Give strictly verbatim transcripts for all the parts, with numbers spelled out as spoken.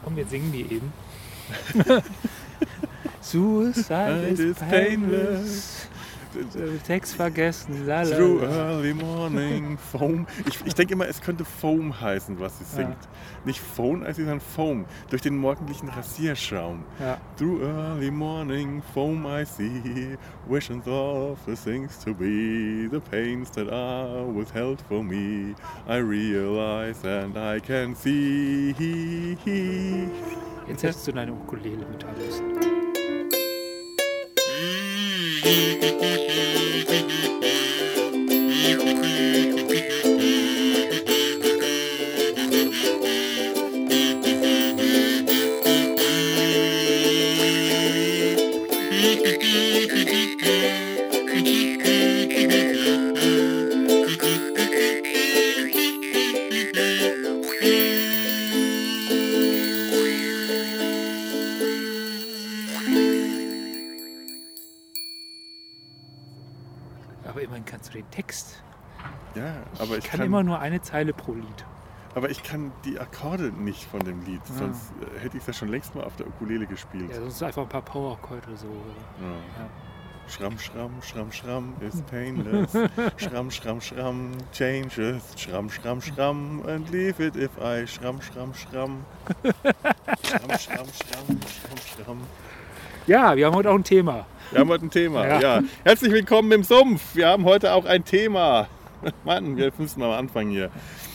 Komm, wir singen die eben. Suicide is is painless. Text vergessen. Lala. Through early morning foam. Ich, ich denke immer, es könnte Foam heißen, was sie singt. Ja. Nicht Phone, als sondern Foam. Durch den morgendlichen Rasierschaum. Ja. Through early morning foam I see visions of the things to be, the pains that are withheld for me. I realize and I can see. Jetzt hättest du deine Ukulele mit alles. Aber immerhin kannst du den Text. Ja, aber ich, Ich kann, kann immer nur eine Zeile pro Lied. Aber ich kann die Akkorde nicht von dem Lied, Ah. sonst äh, hätte ich es ja schon längst mal auf der Ukulele gespielt. Ja, sonst einfach ein paar Power-Akkorde so. Ja. Ja. Schramm, schramm, schramm, schramm is painless. Schramm, schramm, schramm changes. Schramm, schramm, schramm and leave it if I schramm, schramm, schramm. Schramm, schramm, schramm, schramm, schramm. Ja, wir haben heute auch ein Thema. Wir haben heute ein Thema. Ja. Ja. Herzlich willkommen im Sumpf. Wir haben heute auch ein Thema. Mann, wir müssen mal anfangen hier.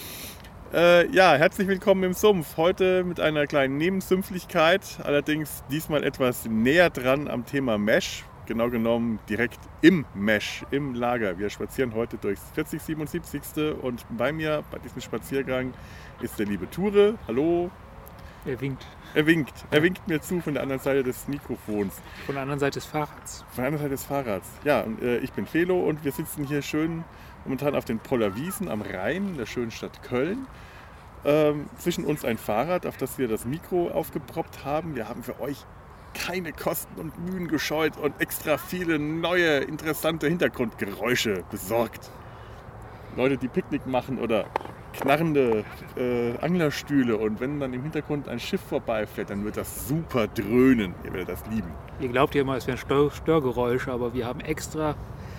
Äh, ja, herzlich willkommen im Sumpf. Heute mit einer kleinen Nebensümpflichkeit, allerdings diesmal etwas näher dran am Thema Mesh. Genau genommen direkt im Mesh, im Lager. Wir spazieren heute durchs vierzig siebenundsiebzigste und bei mir bei diesem Spaziergang ist der liebe Ture. Hallo. Er winkt Er winkt. Er winkt mir zu von der anderen Seite des Mikrofons. von der anderen Seite des Fahrrads. Von der anderen Seite des Fahrrads. Ja, und, äh, ich bin Felo und wir sitzen hier schön momentan auf den Pollerwiesen am Rhein, in der schönen Stadt Köln. Ähm, zwischen uns ein Fahrrad, auf das wir das Mikro aufgeproppt haben. Wir haben für euch keine Kosten und Mühen gescheut und extra viele neue, interessante Hintergrundgeräusche besorgt. Leute, die Picknick machen oder knarrende äh, Anglerstühle und wenn dann im Hintergrund ein Schiff vorbeifährt, dann wird das super dröhnen. Ihr werdet das lieben. Ihr glaubt ja immer, es wären Stör Störgeräusche, aber wir haben extra.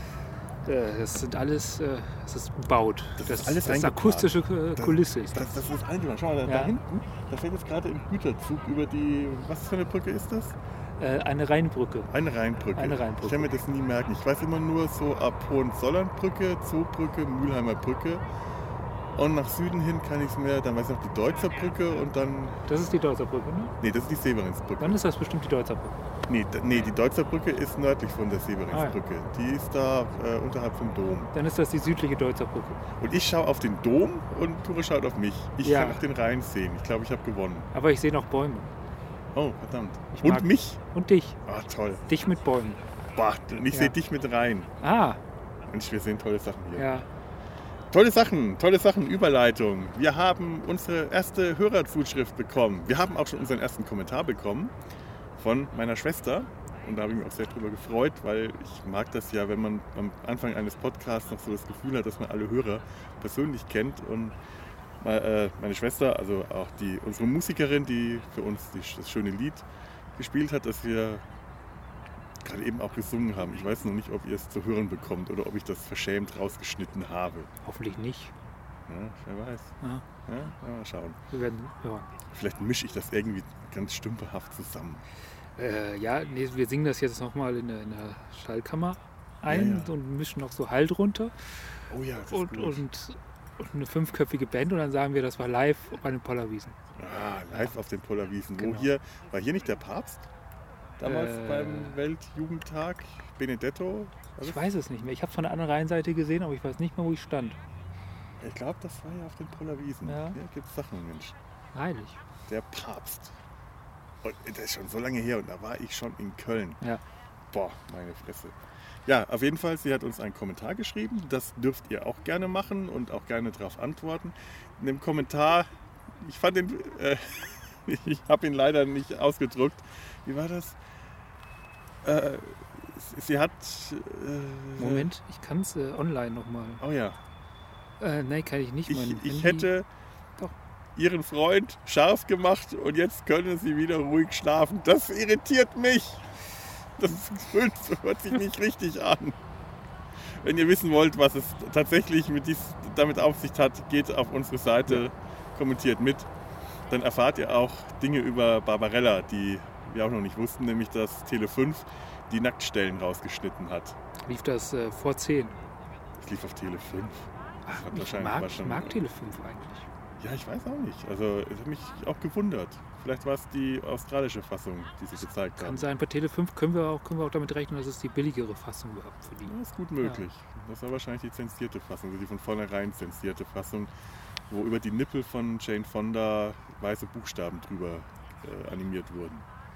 Äh, das sind alles. Äh, das ist gebaut. Das Das, ist alles das ist eingeplant. akustische äh, Das- Kulisse. Ist das. Das, das ist eingeladen. Schau mal, da, da Ja. hinten, da fährt jetzt gerade im Güterzug über die, was für eine Brücke ist das? Äh, eine Rheinbrücke. Eine Rheinbrücke. Eine Rheinbrücke. Ich kann mir das nie merken. Ich weiß immer nur so ab Hohenzollernbrücke, Zoobrücke, Mülheimer Brücke. Und nach Süden hin kann ich es mir, dann weiß ich noch die Deutzer Brücke und dann, Das ist die Deutzer Brücke, ne? nee, das ist die Severinsbrücke. Dann ist das bestimmt die Deutzer Brücke. Nee, d- nee, die Deutzer Brücke ist nördlich von der Severinsbrücke. Die ist da äh, unterhalb vom Dom. Dann ist das die südliche Deutzer Brücke. Und ich schaue auf den Dom und Ture schaut auf mich. Ich Ja. kann auch den Rhein sehen. Ich glaube, ich habe gewonnen. Aber ich sehe noch Bäume. Oh, verdammt. Ich Und mag- mich? Und dich. Ah, toll. Dich mit Bäumen. Boah, und ich Ja. sehe dich mit rein. Ah, Mensch, wir sehen tolle Sachen hier. ja. Tolle Sachen, tolle Sachen, Überleitung. Wir haben unsere erste Hörerzuschrift bekommen. Wir haben auch schon unseren ersten Kommentar bekommen von meiner Schwester. Und da habe ich mich auch sehr drüber gefreut, weil ich mag das ja, wenn man am Anfang eines Podcasts noch so das Gefühl hat, dass man alle Hörer persönlich kennt. Und äh, meine Schwester, also auch die, unsere Musikerin, die für uns die, das schöne Lied gespielt hat, das wir gerade eben auch gesungen haben. Ich weiß noch nicht, ob ihr es zu hören bekommt oder ob ich das verschämt rausgeschnitten habe. Hoffentlich nicht. Ja, wer weiß. Ja, Ja, ja, mal schauen. wir werden hören. Vielleicht mische ich das irgendwie ganz stümperhaft zusammen. Äh, ja, nee, wir singen das jetzt nochmal in der, in der Schallkammer ein Ja, ja. und mischen noch so Hall drunter. Oh ja, das ist Und, gut. und, und eine fünfköpfige Band und dann sagen wir, das war live bei den Pollerwiesen. Ah, live auf den Pollerwiesen. Genau. Wo hier, war hier nicht der Papst? Damals Äh. beim Weltjugendtag? Benedetto? War Ich das? weiß es nicht mehr. Ich habe es von der anderen Rheinseite gesehen, aber ich weiß nicht mehr, wo ich stand. Ich glaube, das war ja auf den Pollerwiesen. Ja. Hier gibt es Sachen, Mensch. Heilig. Der Papst. Und das ist schon so lange her und da war ich schon in Köln. Ja. Boah, meine Fresse. Ja, auf jeden Fall, sie hat uns einen Kommentar geschrieben. Das dürft ihr auch gerne machen und auch gerne darauf antworten. In dem Kommentar, ich fand den, äh, ich habe ihn leider nicht ausgedruckt. Wie war das? Äh, sie hat... Äh, Moment, ich kann es äh, online nochmal. Oh ja. Äh, nein, kann ich nicht. Ich, Mein ich Handy- hätte... Doch. ihren Freund scharf gemacht und jetzt können sie wieder ruhig schlafen. Das irritiert mich. Das hört sich nicht richtig an. Wenn ihr wissen wollt, was es tatsächlich mit dies, damit auf sich hat, geht auf unsere Seite, kommentiert mit. Dann erfahrt ihr auch Dinge über Barbarella, die wir auch noch nicht wussten, nämlich dass Tele fünf die Nacktstellen rausgeschnitten hat. Lief das äh, vor zehn? Das lief auf Tele fünf. Das Ach, hat ich wahrscheinlich mag, war schon, ich mag Tele fünf eigentlich. Ja, ich weiß auch nicht. Also es hat mich auch gewundert. Vielleicht war es die australische Fassung, die sie gezeigt Kann haben. sein, bei Tele fünf können wir, auch, können wir auch damit rechnen, dass es die billigere Fassung überhaupt für die. Das ist gut möglich. Das war wahrscheinlich die zensierte Fassung, also die von vornherein zensierte Fassung, wo über die Nippel von Jane Fonda weiße Buchstaben drüber äh, animiert wurden.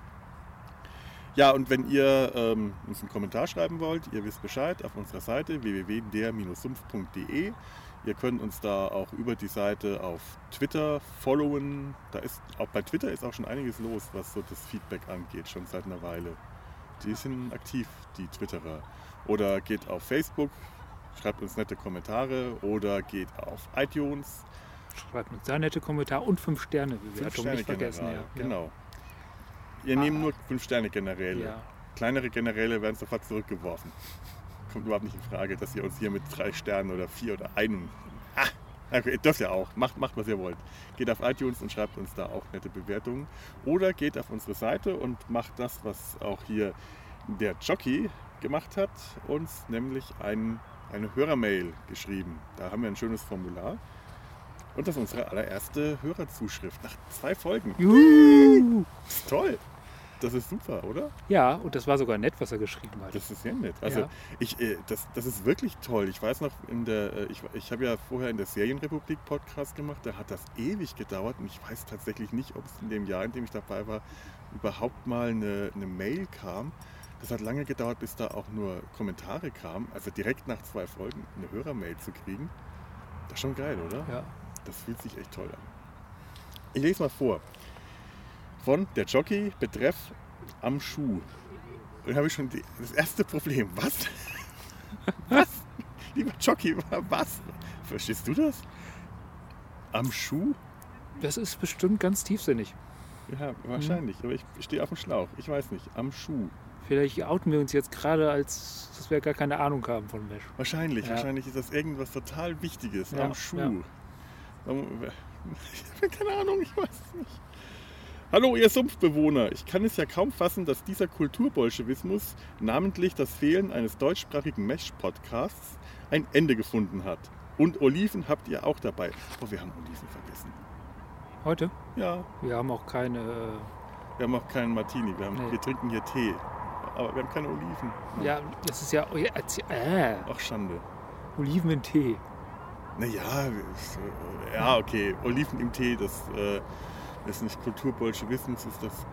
Ja, und wenn ihr ähm, uns einen Kommentar schreiben wollt, ihr wisst Bescheid, auf unserer Seite w w w punkt der Bindestrich sumpf punkt d e. Ihr könnt uns da auch über die Seite auf Twitter followen. Da ist, auch bei Twitter ist auch schon einiges los, was so das Feedback angeht, schon seit einer Weile. Die sind aktiv, die Twitterer. Oder geht auf Facebook, schreibt uns nette Kommentare oder geht auf iTunes. Schreibt uns da nette Kommentare und fünf Sterne Bewertung, nicht vergessen. General, Ja. Genau. Wir Ah. nehmen nur fünf Sterne Generäle. Ja. Kleinere Generäle werden sofort zurückgeworfen. Kommt überhaupt nicht in Frage, dass ihr uns hier mit drei Sternen oder vier oder einem... Ah, okay, ihr dürft ja auch. Macht, macht, was ihr wollt. Geht auf iTunes und schreibt uns da auch nette Bewertungen. Oder geht auf unsere Seite und macht das, was auch hier der Jockey gemacht hat. Uns nämlich ein, eine Hörermail geschrieben. Da haben wir ein schönes Formular. Und das ist unsere allererste Hörerzuschrift nach zwei Folgen. Juhu. Das ist toll. Das ist super, oder? Ja, und das war sogar nett, was er geschrieben hat. Das ist sehr nett. Also Ja. ich, äh, das, das ist wirklich toll. Ich weiß noch, in der, äh, ich, ich habe ja vorher in der Serienrepublik Podcast gemacht, da hat das ewig gedauert und ich weiß tatsächlich nicht, ob es in dem Jahr, in dem ich dabei war, überhaupt mal eine, eine Mail kam. Das hat lange gedauert, bis da auch nur Kommentare kamen. Also direkt nach zwei Folgen eine Hörermail zu kriegen, das ist schon geil, oder? Ja. Das fühlt sich echt toll an. Ich lese mal vor. Von der Jockey betreff am Schuh. Und da habe ich schon die, das erste Problem. Was? Was? Lieber Jockey, was? Verstehst du das? Am Schuh? Das ist bestimmt ganz tiefsinnig. Ja, wahrscheinlich. Aber ich stehe auf dem Schlauch. Ich weiß nicht. Am Schuh. Vielleicht outen wir uns jetzt gerade, als dass wir gar keine Ahnung haben von Mesh. Wahrscheinlich. Ja. Wahrscheinlich ist das irgendwas total Wichtiges. Ja, Am Schuh. ja. Ich habe keine Ahnung. Ich weiß es nicht. Hallo ihr Sumpfbewohner, ich kann es ja kaum fassen, dass dieser Kulturbolschewismus, namentlich das Fehlen eines deutschsprachigen Mesh-Podcasts, ein Ende gefunden hat. Und Oliven habt ihr auch dabei. Oh, wir haben Oliven vergessen. Heute? Ja, Wir haben auch keine. Äh, wir haben auch keinen Martini, wir, haben, Nee. wir trinken hier Tee. Aber wir haben keine Oliven. ja, das ist ja. Oh, ja, erzähl- äh, Ach, Schande. Oliven in Tee. Naja, äh, ja, okay. Oliven im Tee, das äh, ist nicht Kulturbolschewismus, ist das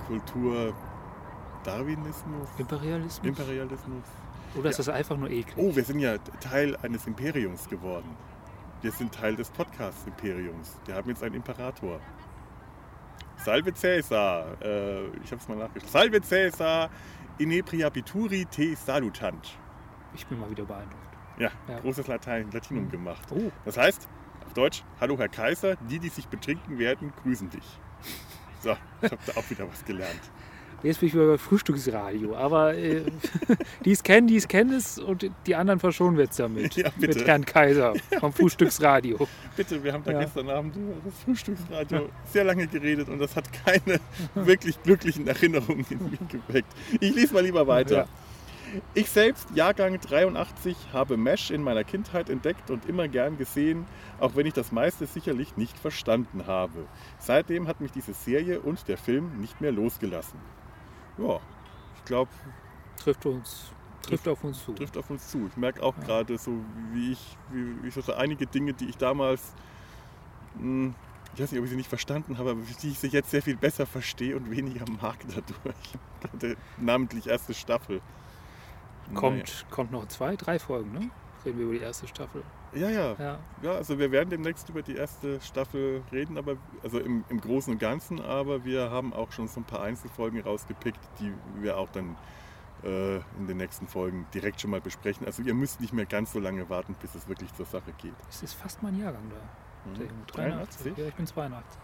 Kulturdarwinismus? Imperialismus? Imperialismus? Oder ist das einfach nur eklig? Oh, wir sind ja Teil eines Imperiums geworden. Wir sind Teil des Podcast-Imperiums. Wir haben jetzt einen Imperator. Salve Caesar. Äh, ich habe es mal nachgeschaut. Salve Caesar. Inebriabituri te salutant. Ich bin mal wieder beeindruckt. Ja, Ja. großes Latein, Latinum gemacht. Oh, Das heißt, auf Deutsch, hallo Herr Kaiser, die, die sich betrinken werden, grüßen dich. So, ich habe da auch wieder was gelernt. jetzt bin ich wieder bei Frühstücksradio. Aber äh, die es kennen, die es kennen es und die anderen verschonen wir jetzt damit. Ja, bitte. Mit Herrn Kaiser vom Frühstücksradio. Bitte, wir haben da Ja. gestern Abend über das Frühstücksradio sehr lange geredet und das hat keine wirklich glücklichen Erinnerungen in mir geweckt. Ich lese mal lieber weiter. Ja. Ich selbst, Jahrgang dreiundachtzig, habe Mesh in meiner Kindheit entdeckt und immer gern gesehen, auch wenn ich das meiste sicherlich nicht verstanden habe. Seitdem hat mich diese Serie und der Film nicht mehr losgelassen. Ja, ich glaube, Trifft uns, trifft auf uns zu. trifft auf uns zu. Ich merke auch Ja. gerade so, wie ich, wie, wie ich so einige Dinge, die ich damals, mh, ich weiß nicht, ob ich sie nicht verstanden habe, aber die ich sie jetzt sehr viel besser verstehe und weniger mag dadurch. Gerade namentlich erste Staffel. Kommt, kommt noch zwei, drei Folgen, ne? Reden wir über die erste Staffel. Ja, ja, Ja. ja. Also wir werden demnächst über die erste Staffel reden, aber also im, im Großen und Ganzen, aber wir haben auch schon so ein paar Einzelfolgen rausgepickt, die wir auch dann äh, in den nächsten Folgen direkt schon mal besprechen. Also ihr müsst nicht mehr ganz so lange warten, bis es wirklich zur Sache geht. Es ist fast mein Jahrgang da. Mhm. Der Junge, dreiundachtzig. dreiundachtzig? Ja, ich bin zweiundachtzig.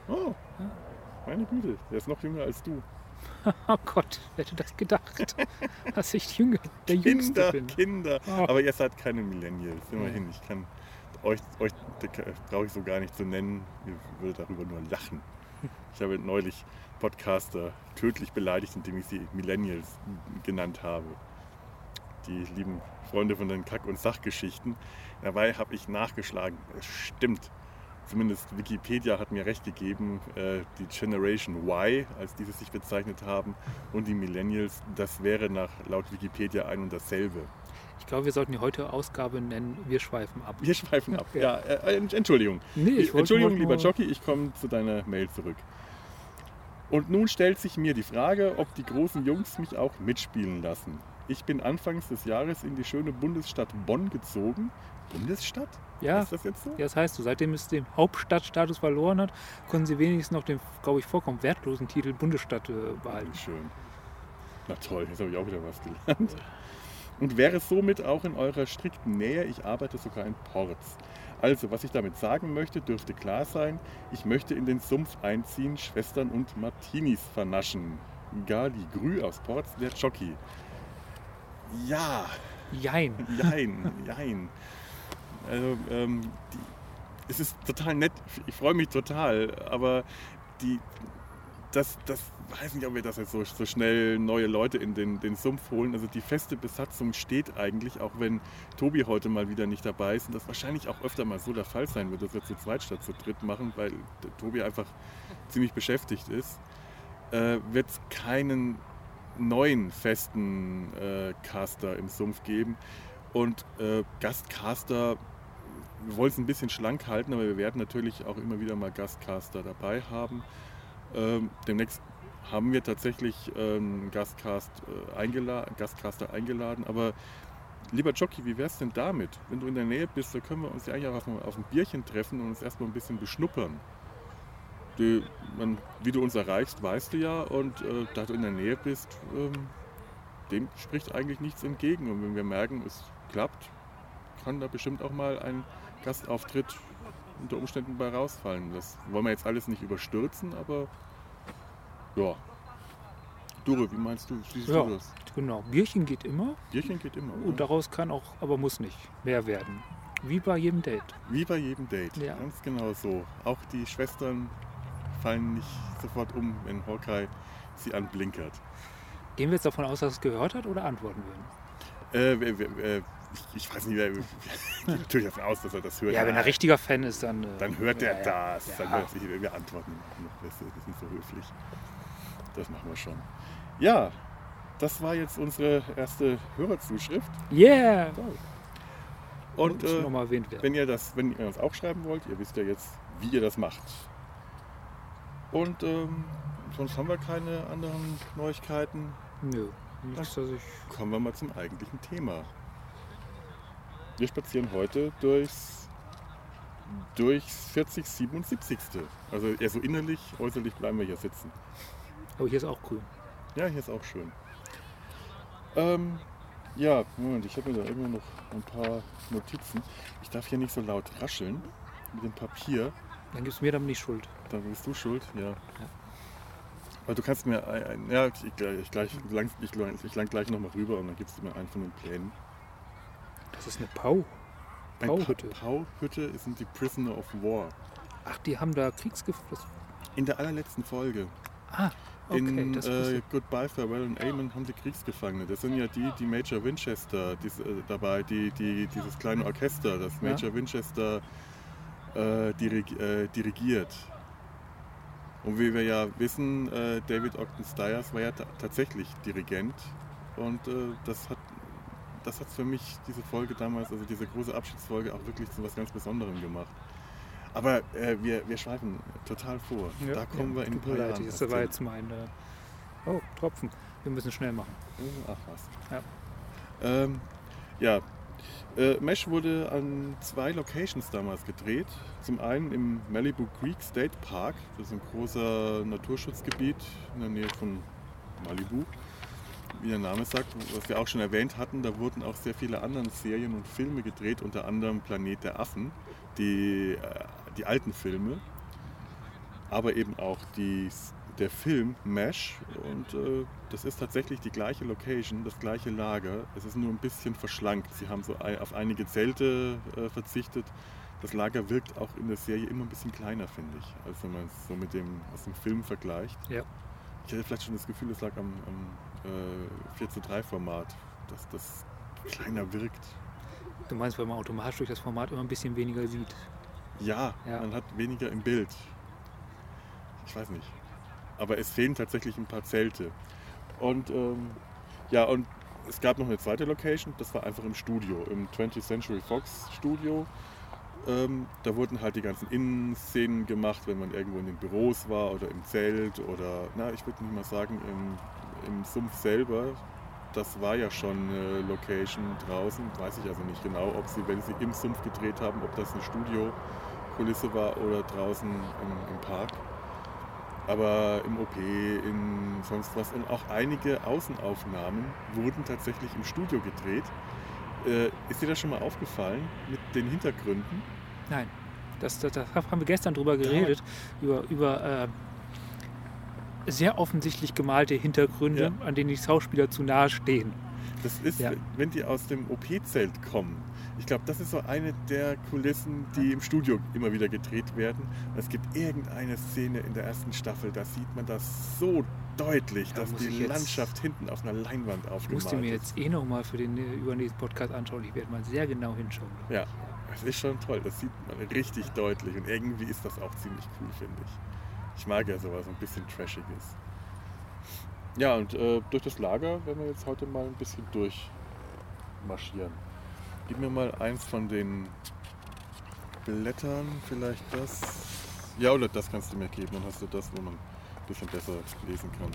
Oh, meine Güte, der ist noch jünger als du. Oh Gott, wer hätte das gedacht? Dass ich jünger, der Jüngste Kinder, bin. Kinder. Oh. Aber ihr seid keine Millennials, immerhin. Ich kann euch, euch brauche ich so gar nicht zu nennen. Ihr würdet darüber nur lachen. Ich habe neulich Podcaster tödlich beleidigt, indem ich sie Millennials genannt habe. Die lieben Freunde von den Kack- und Sachgeschichten. Dabei habe ich nachgeschlagen. Es stimmt. Zumindest Wikipedia hat mir recht gegeben, äh, die Generation Y, als die sie sich bezeichnet haben, und die Millennials, das wäre nach laut Wikipedia ein und dasselbe. Ich glaube, wir sollten die heutige Ausgabe nennen, wir schweifen ab. Wir schweifen ab. Ja, äh, Entschuldigung. Nee, ich wollte Entschuldigung, nur- lieber Jockey, ich komme zu deiner Mail zurück. Und nun stellt sich mir die Frage, ob die großen Jungs mich auch mitspielen lassen. Ich bin anfangs des Jahres in die schöne Bundesstadt Bonn gezogen. Bundesstadt? Ja. Ist das jetzt so? Ja, das heißt so, seitdem es den Hauptstadtstatus verloren hat, können sie wenigstens noch den, glaube ich, vollkommen wertlosen Titel Bundesstadt äh, behalten. Schön. Na toll, jetzt habe ich auch wieder was gelernt. Und wäre somit auch in eurer strikten Nähe. Ich arbeite sogar in Porz. Also, was ich damit sagen möchte, dürfte klar sein. Ich möchte in den Sumpf einziehen, Schwestern und Martinis vernaschen. Gali Grü aus Porz, der Jockey. Ja, Jein. jein, jein. Also, ähm, die, es ist total nett. Ich freue mich total, aber die, das, das weiß nicht, ob wir das jetzt so, so schnell neue Leute in den, den Sumpf holen. Also die feste Besatzung steht eigentlich, auch wenn Tobi heute mal wieder nicht dabei ist und das wahrscheinlich auch öfter mal so der Fall sein wird, dass wir zu zweit statt zu dritt machen, weil der Tobi einfach ziemlich beschäftigt ist, äh, wird es keinen neuen festen äh, Caster im Sumpf geben. Und äh, Gastcaster, wir wollen es ein bisschen schlank halten, aber wir werden natürlich auch immer wieder mal Gastcaster dabei haben. Ähm, demnächst haben wir tatsächlich einen Gastcast, äh, eingela- Gastcaster eingeladen. Aber lieber Jockey, wie wäre es denn damit? Wenn du in der Nähe bist, da können wir uns ja eigentlich auch auf ein, auf ein Bierchen treffen und uns erstmal ein bisschen beschnuppern. Die, man, wie du uns erreichst, weißt du ja. Und äh, da du in der Nähe bist, ähm, dem spricht eigentlich nichts entgegen. Und wenn wir merken, es klappt, kann da bestimmt auch mal ein Gastauftritt unter Umständen bei rausfallen. Das wollen wir jetzt alles nicht überstürzen, aber ja. Dure, wie meinst du, wie siehst Ja, du das? genau. Bierchen geht immer Bierchen geht immer, und oder? daraus kann auch, aber muss nicht, mehr werden. Wie bei jedem Date. Wie bei jedem Date, Ja. ganz genau so. Auch die Schwestern fallen nicht sofort um, wenn Hawkeye sie anblinkert. Gehen wir jetzt davon aus, dass es gehört hat oder antworten würden? Äh, wer- wer- wer- ich, ich weiß nicht, wer, ich gehe natürlich davon aus, dass er das hört. Ja, wenn er richtiger Fan ist, dann... äh, Dann hört er ja, ja. das. Ja. Dann hört er, wir antworten noch besser. Das ist nicht so höflich. Das machen wir schon. Ja, das war jetzt unsere erste Hörerzuschrift. Yeah! Und Muss äh, nochmal erwähnt werden. wenn ihr das, wenn ihr uns auch schreiben wollt, ihr wisst ja jetzt, wie ihr das macht. Und ähm, sonst haben wir keine anderen Neuigkeiten. Nö, nichts, dass ich... Kommen wir mal zum eigentlichen Thema. Wir spazieren heute durchs, durchs vierzig siebenundsiebzigste. Also eher so innerlich, äußerlich bleiben wir hier sitzen. Aber hier ist auch grün. Ja, hier ist auch schön. Ähm, ja, Moment, ich habe mir da immer noch ein paar Notizen. Ich darf hier nicht so laut rascheln mit dem Papier. Dann gibst du mir damit nicht Schuld. Da bist du schuld, ja. Aber du kannst mir, ein, ein, ja, ich, ich, gleich, lang, ich, ich lang gleich nochmal rüber und dann gibst du mir einen von den Plänen. Das ist eine Pau. Ein Pauhütte. Pa- Pauhütte sind die Prisoner of War. Ach, die haben da Kriegsgift. In der allerletzten Folge. Ah, okay. In das äh, wusste ich. Goodbye, Farewell und Amen haben die Kriegsgefangene. Das sind ja die, die Major Winchester die, äh, dabei, die, die, dieses kleine Orchester, das Ja. Major Winchester äh, dirig, äh, dirigiert. Und wie wir ja wissen, äh, David Ogden Stiers war ja ta- tatsächlich Dirigent. Und äh, das hat das hat für mich diese Folge damals, also diese große Abschiedsfolge, auch wirklich zu was ganz Besonderem gemacht. Aber äh, wir, wir schweifen total vor. Ja, da kommen ja, wir in ein tut mir paar leid, Jahren. Das erst war hin. jetzt mein... Äh, oh, Tropfen. Wir müssen schnell machen. Ach was. Ja. Ähm, ja, äh, Mesh wurde an zwei Locations damals gedreht. Zum einen im Malibu Creek State Park, das ist ein großer Naturschutzgebiet in der Nähe von Malibu. Wie der Name sagt, was wir auch schon erwähnt hatten, da wurden auch sehr viele andere Serien und Filme gedreht, unter anderem Planet der Affen, die, äh, die alten Filme. aber eben auch die, der Film Mesh. Und äh, das ist tatsächlich die gleiche Location, das gleiche Lager. Es ist nur ein bisschen verschlankt. Sie haben so ein, auf einige Zelte äh, verzichtet. Das Lager wirkt auch in der Serie immer ein bisschen kleiner, finde ich, als wenn man es so mit dem aus dem Film vergleicht. Ja. Ich hatte vielleicht schon das Gefühl, es lag am, am äh, vier zu drei Format, dass das kleiner wirkt. Du meinst, weil man automatisch durch das Format immer ein bisschen weniger sieht? Ja, ja, man hat weniger im Bild. Ich weiß nicht. Aber es fehlen tatsächlich ein paar Zelte. Und ähm, ja, und es gab noch eine zweite Location, das war einfach im Studio, im twentieth Century Fox Studio. Ähm, da wurden halt die ganzen Innenszenen gemacht, wenn man irgendwo in den Büros war oder im Zelt oder, na, ich würde nicht mal sagen, im, im Sumpf selber. Das war ja schon eine Location draußen. Weiß ich also nicht genau, ob sie, wenn sie im Sumpf gedreht haben, ob das eine Studiokulisse war oder draußen im, im Park. Aber im O P, in sonst was. Und auch einige Außenaufnahmen wurden tatsächlich im Studio gedreht. Äh, ist dir das schon mal aufgefallen mit den Hintergründen? Nein, das, das, das haben wir gestern drüber geredet, ja. über, über äh, sehr offensichtlich gemalte Hintergründe, ja. an denen die Schauspieler zu nahe stehen. Das ist, ja. wenn die aus dem O P-Zelt kommen. Ich glaube, das ist so eine der Kulissen, die im Studio immer wieder gedreht werden. Es gibt irgendeine Szene in der ersten Staffel, da sieht man das so deutlich, ja, dass die Landschaft hinten auf einer Leinwand aufgemalt ist. Ich musste mir jetzt eh nochmal für den übernächsten Podcast anschauen. Ich werde mal sehr genau hinschauen. Ja, das ist schon toll. Das sieht man richtig deutlich. Und irgendwie ist das auch ziemlich cool, finde ich. Ich mag ja sowas, ein bisschen Trashiges. Ja, und äh, durch das Lager werden wir jetzt heute mal ein bisschen durchmarschieren. Gib mir mal eins von den Blättern, vielleicht das. Ja, oder das kannst du mir geben, dann hast du das, wo man ein bisschen besser lesen kann.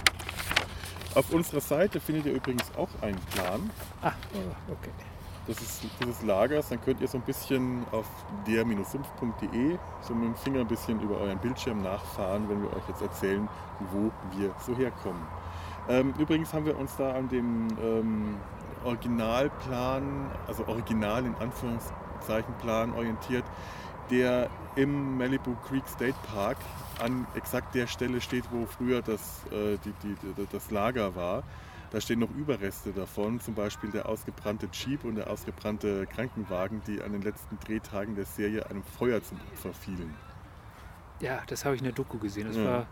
Auf unserer Seite findet ihr übrigens auch einen Plan. Ah, okay. Das ist dieses Lagers, dann könnt ihr so ein bisschen auf der Sumpf punkt de so mit dem Finger ein bisschen über euren Bildschirm nachfahren, wenn wir euch jetzt erzählen, wo wir so herkommen. Ähm, übrigens haben wir uns da an dem ähm, Originalplan, also original in Anführungszeichen Plan orientiert, der im Malibu Creek State Park an exakt der Stelle steht, wo früher das, äh, die, die, das Lager war. Da stehen noch Überreste davon, zum Beispiel der ausgebrannte Jeep und der ausgebrannte Krankenwagen, die an den letzten Drehtagen der Serie einem Feuer zum Opfer fielen. Ja, das habe ich in der Doku gesehen. Das ja. war,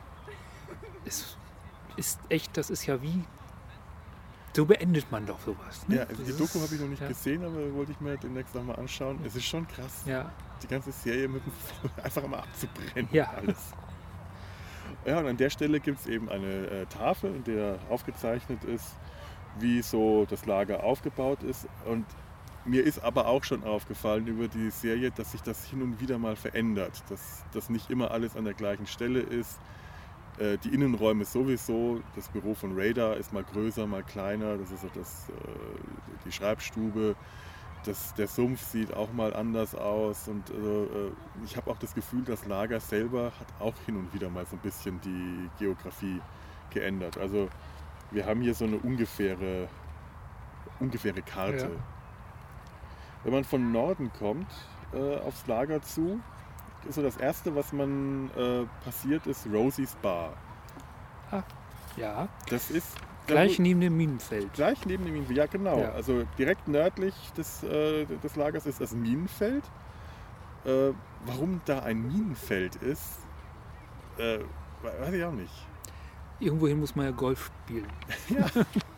es ist echt, das ist ja wie, so beendet man doch sowas. Ne? Ja, also die das Doku habe ich noch nicht ja. gesehen, aber wollte ich mir demnächst noch mal anschauen. Es ist schon krass, ja. die ganze Serie mit dem Feuer einfach immer abzubrennen. Ja. Alles. Ja, und an der Stelle gibt es eben eine äh, Tafel, in der aufgezeichnet ist, wie so das Lager aufgebaut ist. Und mir ist aber auch schon aufgefallen über die Serie, dass sich das hin und wieder mal verändert. Dass das nicht immer alles an der gleichen Stelle ist. Äh, die Innenräume sowieso. Das Büro von Radar ist mal größer, mal kleiner. Das ist so das, äh, die Schreibstube. Das, der Sumpf sieht auch mal anders aus und äh, ich habe auch das Gefühl, das Lager selber hat auch hin und wieder mal so ein bisschen die Geografie geändert. Also wir haben hier so eine ungefähre, ungefähre Karte. Ja. Wenn man von Norden kommt äh, aufs Lager zu, ist so das Erste, was man äh, passiert, ist Rosie's Bar. Ah, ja. Das ist Gleich neben dem Minenfeld. Gleich neben dem Minenfeld, ja genau. Ja. Also direkt nördlich des, äh, des Lagers ist das Minenfeld. Äh, warum da ein Minenfeld ist, äh, weiß ich auch nicht. Irgendwohin muss man ja Golf spielen. Ja,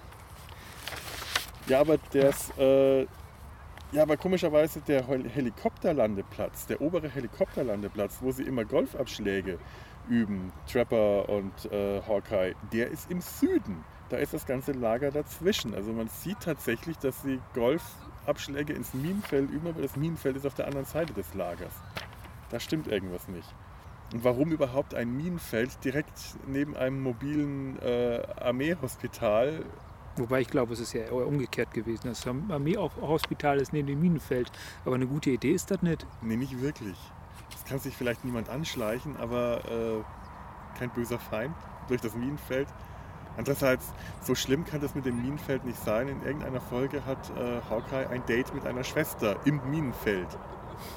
ja aber das, äh, ja, aber komischerweise der Helikopterlandeplatz, der obere Helikopterlandeplatz, wo sie immer Golfabschläge üben, Trapper und äh, Hawkeye, der ist im Süden. Da ist das ganze Lager dazwischen. Also man sieht tatsächlich, dass sie Golfabschläge ins Minenfeld üben, aber das Minenfeld ist auf der anderen Seite des Lagers. Da stimmt irgendwas nicht. Und warum überhaupt ein Minenfeld direkt neben einem mobilen äh, Armeehospital? Wobei ich glaube, es ist ja eher umgekehrt gewesen. Das Armeehospital ist neben dem Minenfeld. Aber eine gute Idee ist das nicht. Nee, nicht wirklich. Das kann sich vielleicht niemand anschleichen, aber äh, kein böser Feind durch das Minenfeld. Andererseits, so schlimm kann das mit dem Minenfeld nicht sein. In irgendeiner Folge hat äh, Hawkeye ein Date mit einer Schwester im Minenfeld.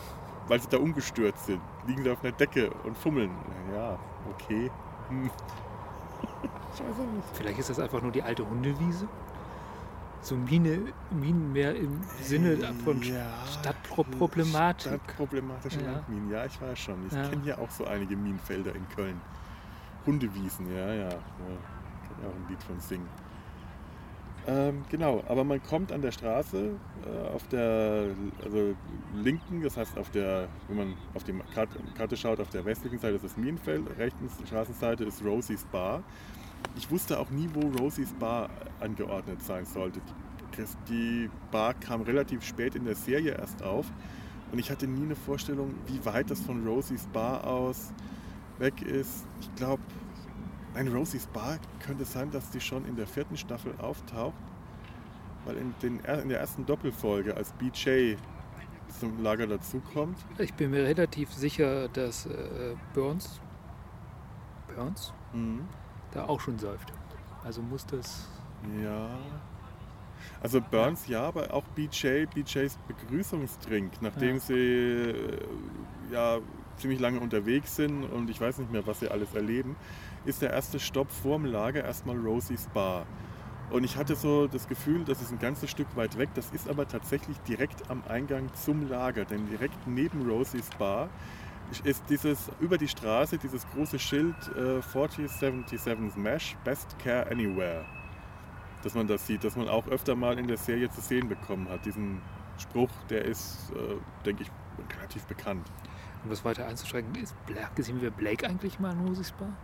weil sie da umgestürzt sind. Liegen da auf einer Decke und fummeln. Ja, okay. Hm. Ich weiß auch nicht. Vielleicht ist das einfach nur die alte Hundewiese. So Mine, Minen mehr im Sinne von ja, Stadtproblematik. Stadtproblematische Ja. Landminen, ja, ich weiß schon. Ich Ja. kenne ja auch so einige Minenfelder in Köln. Hundewiesen, ja, ja. ja. Kann ja auch ein Lied von singen. Ähm, genau, aber man kommt an der Straße äh, auf der also linken, das heißt auf der, wenn man auf die Karte, Karte schaut, auf der westlichen Seite ist das Minenfeld, rechtens Straßenseite ist Rosie's Bar. Ich wusste auch nie, wo Rosie's Bar angeordnet sein sollte. Die, die Bar kam relativ spät in der Serie erst auf und ich hatte nie eine Vorstellung, wie weit das von Rosie's Bar aus weg ist. Ich glaube, nein, Rosie's Bar könnte sein, dass die schon in der vierten Staffel auftaucht, weil in, den, in der ersten Doppelfolge, als B J zum Lager dazukommt. Ich bin mir relativ sicher, dass äh, Burns, Burns Mhm. da auch schon säuft. Also muss das... Ja. Also Burns ja, aber auch B J, B Js Begrüßungsdrink, nachdem Ja. sie äh, ja ziemlich lange unterwegs sind und ich weiß nicht mehr, was sie alles erleben, ist der erste Stopp vorm Lager erstmal Rosie's Bar. Und ich hatte so das Gefühl, das ist ein ganzes Stück weit weg, das ist aber tatsächlich direkt am Eingang zum Lager, denn direkt neben Rosie's Bar ist dieses, über die Straße dieses große Schild äh, vierzig siebenundsiebzig Mesh, Best Care Anywhere. Dass man das sieht, dass man auch öfter mal in der Serie zu sehen bekommen hat. Diesen Spruch, der ist, äh, denke ich, relativ bekannt. Um das weiter einzuschränken, ist Blake, sehen wir Blake eigentlich mal in Rosie's Bar?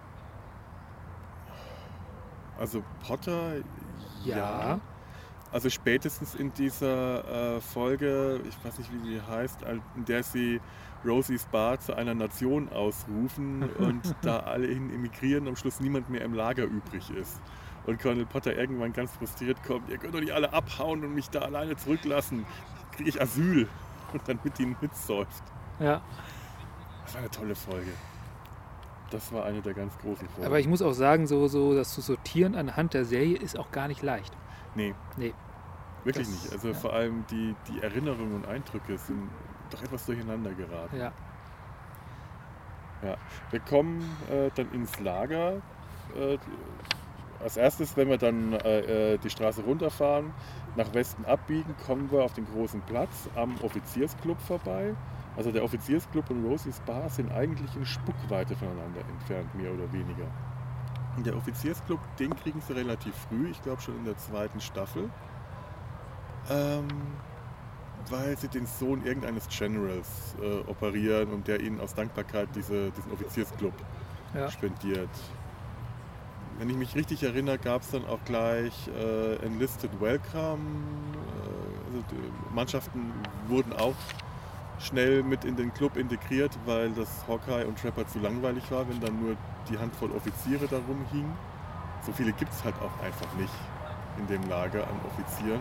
Also Potter, ja. Ja. Also spätestens in dieser äh, Folge, ich weiß nicht, wie sie heißt, in der sie Rosie's Bar zu einer Nation ausrufen und da alle hin emigrieren und am Schluss niemand mehr im Lager übrig ist. Und Colonel Potter irgendwann ganz frustriert kommt, ihr könnt doch nicht alle abhauen und mich da alleine zurücklassen, kriege ich Asyl. Und dann mit ihnen mitsäuft. Ja. Das war eine tolle Folge. Das war eine der ganz großen Folgen. Aber ich muss auch sagen, so, so das zu sortieren anhand der Serie ist auch gar nicht leicht. Nee. Nee. Wirklich Das- nicht. Also ja. vor allem die, die Erinnerungen und Eindrücke sind doch etwas durcheinander geraten. Ja. Ja. Wir kommen äh, dann ins Lager. Äh, als erstes, wenn wir dann äh, äh, die Straße runterfahren, nach Westen abbiegen, kommen wir auf den großen Platz am Offiziersclub vorbei. Also der Offiziersclub und Rosie's Bar sind eigentlich in Spuckweite voneinander entfernt, mehr oder weniger. Und der Offiziersclub, den kriegen sie relativ früh, ich glaube schon in der zweiten Staffel. Ähm, weil sie den Sohn irgendeines Generals äh, operieren und der ihnen aus Dankbarkeit diese, diesen Offiziersclub Ja. spendiert. Wenn ich mich richtig erinnere, gab es dann auch gleich äh, Enlisted Welcome. Äh, also die Mannschaften wurden auch schnell mit in den Club integriert, weil das Hawkeye und Trapper zu langweilig war, wenn dann nur die Handvoll Offiziere da rumhingen. So viele gibt es halt auch einfach nicht in dem Lager an Offizieren.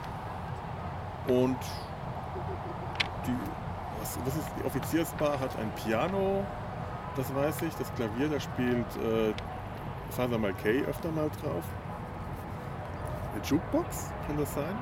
Und die, was, was ist, die Offiziersbar hat ein Piano, das weiß ich, das Klavier, da spielt äh, Father Malkay öfter mal drauf. Eine Jukebox, kann das sein?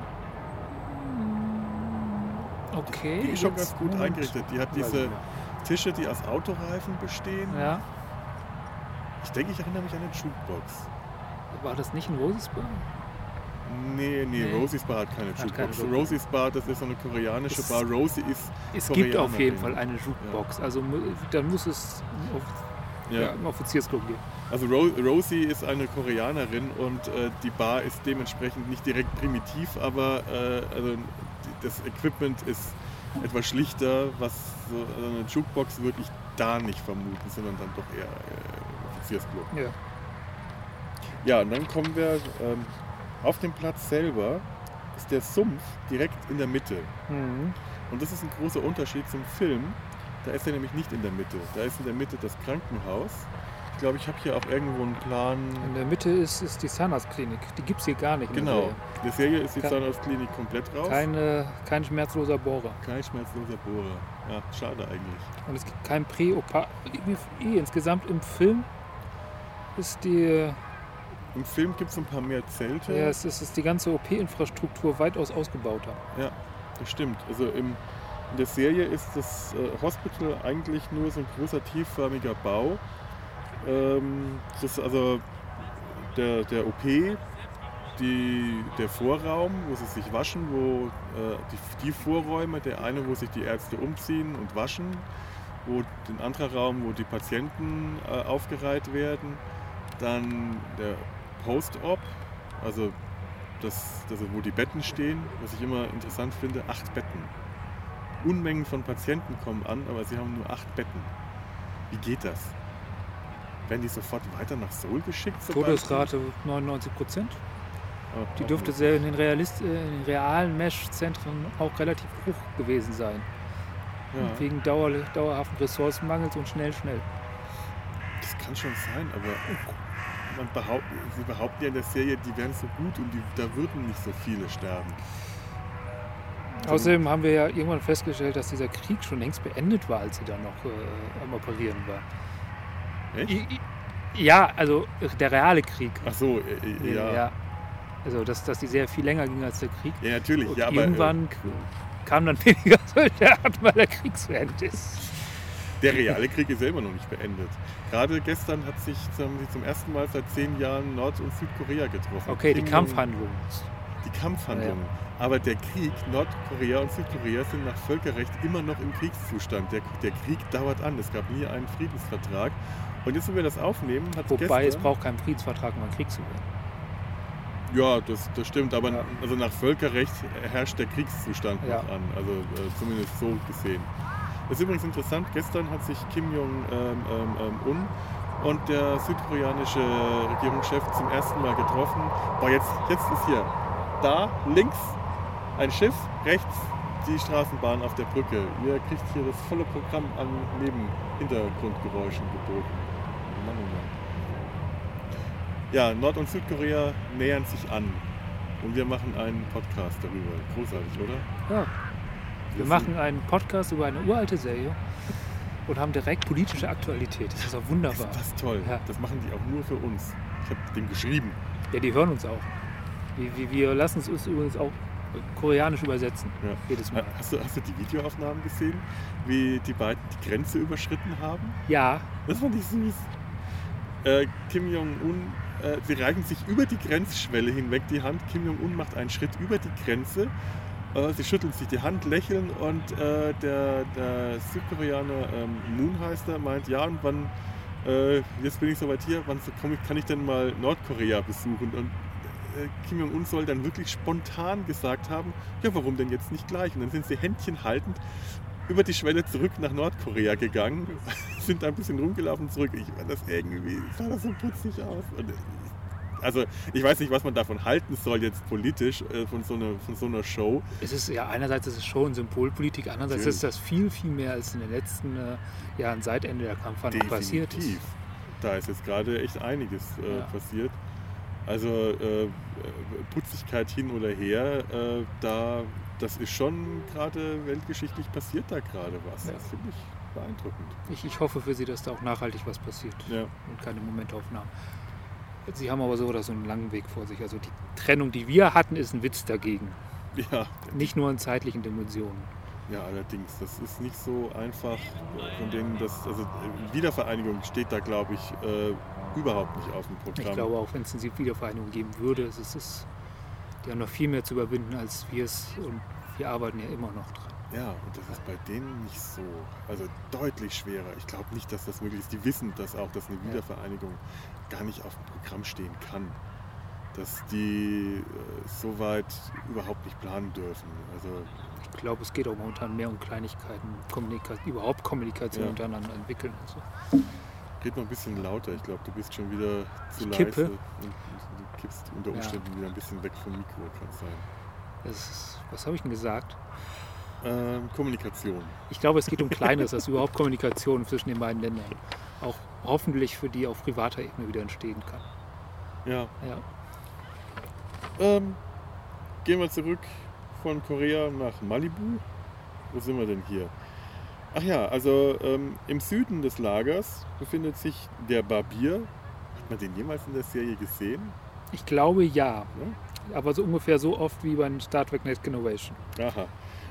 Okay. Die ist schon jetzt ganz gut Moment. eingerichtet. Die hat Weiß ich diese nicht. Tische, die aus Autoreifen bestehen. Ja. Ich denke, ich erinnere mich an eine Jukebox. War das nicht ein Rosie's Bar? Nee, nee, Nee. Rosie's Bar hat keine Hat Jukebox. keine Jukebox. Rosie's Bar, das ist so eine koreanische Es- Bar. Rosie ist Es gibt auf jeden Koreanerin. Fall eine Jukebox. Also mu- dann muss es auf, Ja. ja, im Offiziersclub gehen. Also Ro Rosie ist eine Koreanerin und äh, die Bar ist dementsprechend nicht direkt primitiv, aber äh, also die, das Equipment ist etwas schlichter, was so also eine Jukebox würde ich da nicht vermuten, sondern dann doch eher äh, Offiziersclub. Ja. Ja, und dann kommen wir ähm, auf dem Platz selber, ist der Sumpf direkt in der Mitte. Mhm. Und das ist ein großer Unterschied zum Film. Da ist er nämlich nicht in der Mitte. Da ist in der Mitte das Krankenhaus. Ich glaube, ich habe hier auch irgendwo einen Plan. In der Mitte ist, ist die Zahnarztklinik. Die gibt es hier gar nicht. in der Genau. Serie. In der Serie ist die Kein- Zahnarztklinik komplett raus. Keine, kein schmerzloser Bohrer. Kein schmerzloser Bohrer. Ja, schade eigentlich. Und es gibt kein Prä-Opa. Eh, insgesamt im Film ist die, Im Film gibt es ein paar mehr Zelte. ja, es ist, ist die ganze O P-Infrastruktur weitaus ausgebauter. Ja, das stimmt. Also im, In der Serie ist das äh, Hospital eigentlich nur so ein großer tiefförmiger Bau. Ähm, das ist also der, der O P, die, der Vorraum, wo sie sich waschen, wo äh, die, die Vorräume, der eine, wo sich die Ärzte umziehen und waschen, wo den anderen Raum, wo die Patienten äh, aufgereiht werden, dann der Post-Op, also das, das, wo die Betten stehen, was ich immer interessant finde, acht Betten. Unmengen von Patienten kommen an, aber sie haben nur acht Betten. Wie geht das? Werden die sofort weiter nach Seoul geschickt? Todesrate neunundneunzig Prozent. Die dürfte sehr in den, Realist, in den realen Mesh-Zentren auch relativ hoch gewesen sein. Ja. Wegen dauer, dauerhaften Ressourcenmangels und schnell, schnell. Das kann schon sein, aber man behaupt, sie behaupten ja in der Serie, die wären so gut und die, da würden nicht so viele sterben. Außerdem haben wir ja irgendwann festgestellt, dass dieser Krieg schon längst beendet war, als sie da noch äh, am Operieren war. Echt? I, I, ja, also der reale Krieg. Ach so, äh, ja. ja. Also, dass, dass die sehr viel länger ging als der Krieg. Ja, natürlich. Und ja, aber, irgendwann äh, kam dann weniger Soldaten, weil der Krieg zu Ende ist. Der reale Krieg ist ja immer noch nicht beendet. Gerade gestern hat sich, haben sie zum ersten Mal seit zehn Jahren Nord- und Südkorea getroffen. Okay, Kim die Kampfhandlungen. Die Kampfhandlungen. Ja. Aber der Krieg, Nordkorea und Südkorea sind nach Völkerrecht immer noch im Kriegszustand. Der, der Krieg dauert an. Es gab nie einen Friedensvertrag. Und jetzt, wenn wir das aufnehmen, hat es Wobei gestern, es braucht keinen Friedensvertrag, um einen Krieg zu werden. Ja, das, das stimmt, aber Ja. also nach Völkerrecht herrscht der Kriegszustand Ja. noch an, also äh, zumindest so gesehen. Das ist übrigens interessant, gestern hat sich Kim Jong-un und der südkoreanische Regierungschef zum ersten Mal getroffen. Boah, jetzt, jetzt ist hier da links ein Schiff, rechts die Straßenbahn auf der Brücke. Ihr kriegt hier das volle Programm an Nebenhintergrundgeräuschen geboten. Mann, oh Mann. Ja, Nord- und Südkorea nähern sich an und wir machen einen Podcast darüber. Großartig, oder? Ja. Wir machen einen Podcast über eine uralte Serie und haben direkt politische Aktualität. Das ist doch wunderbar. Ist das toll. Ja. Das machen die auch nur für uns. Ich habe den geschrieben. Ja, die hören uns auch. Wir, wir, wir lassen es uns übrigens auch koreanisch übersetzen. Ja. Jedes Mal. Hast du, hast du die Videoaufnahmen gesehen, wie die beiden die Grenze überschritten haben? Ja, Das fand ich süß. Äh, Kim Jong-un, äh, sie reichen sich über die Grenzschwelle hinweg die Hand. Kim Jong-un macht einen Schritt über die Grenze. Äh, sie schütteln sich die Hand, lächeln und äh, der, der Südkoreaner ähm, Moon heißt er, meint, ja, und wann, äh, jetzt bin ich soweit hier, wann komm ich, kann ich denn mal Nordkorea besuchen? Und äh, Kim Jong-un soll dann wirklich spontan gesagt haben, ja, warum denn jetzt nicht gleich? Und dann sind sie Händchen haltend über die Schwelle zurück nach Nordkorea gegangen, sind da ein bisschen rumgelaufen zurück. Ich fand das irgendwie, sah das so putzig aus. Und, also ich weiß nicht, was man davon halten soll jetzt politisch, äh, von, so einer, von so einer Show. es ist ja einerseits ist es Show- und Symbolpolitik, andererseits Natürlich. ist das viel, viel mehr als in den letzten äh, Jahren seit Ende der Kampfhandlung passiert ist. Definitiv. Da ist jetzt gerade echt einiges äh, Ja. passiert. Also äh, Putzigkeit hin oder her, äh, da, das ist schon gerade weltgeschichtlich passiert da gerade was. Ja. Das finde ich beeindruckend. Ich, ich hoffe für Sie, dass da auch nachhaltig was passiert Ja. und keine Momentaufnahmen. Sie haben aber so oder so einen langen Weg vor sich. Also die Trennung, die wir hatten, ist ein Witz dagegen. Ja, Nicht nur in zeitlichen Dimensionen. ja, allerdings, das ist nicht so einfach, von denen das, also äh, Wiedervereinigung steht da, glaube ich, äh, überhaupt nicht auf dem Programm. Ich glaube, auch wenn es eine Wiedervereinigung geben würde, es ist es, die haben noch viel mehr zu überwinden als wir es und wir arbeiten ja immer noch dran. Ja, und das ist bei denen nicht so, also deutlich schwerer. Ich glaube nicht, dass das möglich ist. Die wissen das auch, dass eine Ja. Wiedervereinigung gar nicht auf dem Programm stehen kann. Dass die äh, so weit überhaupt nicht planen dürfen. Also Ich glaube, es geht auch momentan mehr um Kleinigkeiten, Kommunika überhaupt Kommunikation Ja. untereinander entwickeln. Also. red mal ein bisschen lauter. Ich glaube, du bist schon wieder zu Ich leise. kippe. Und, und du kippst unter Ja. Umständen wieder ein bisschen weg vom Mikro, kann es sein. Das ist, was habe ich denn gesagt? Ähm, Kommunikation. Ich glaube, es geht um Kleines, dass überhaupt Kommunikation zwischen den beiden Ländern auch hoffentlich für die auf privater Ebene wieder entstehen kann. Ja. Ja. Ähm, gehen wir zurück von Korea nach Malibu. Wo sind wir denn hier? Ach ja, also ähm, im Süden des Lagers befindet sich der Barbier. Hat man den jemals in der Serie gesehen? Ich glaube ja, Ja? aber so ungefähr so oft wie bei Star Trek Next Generation. Aha.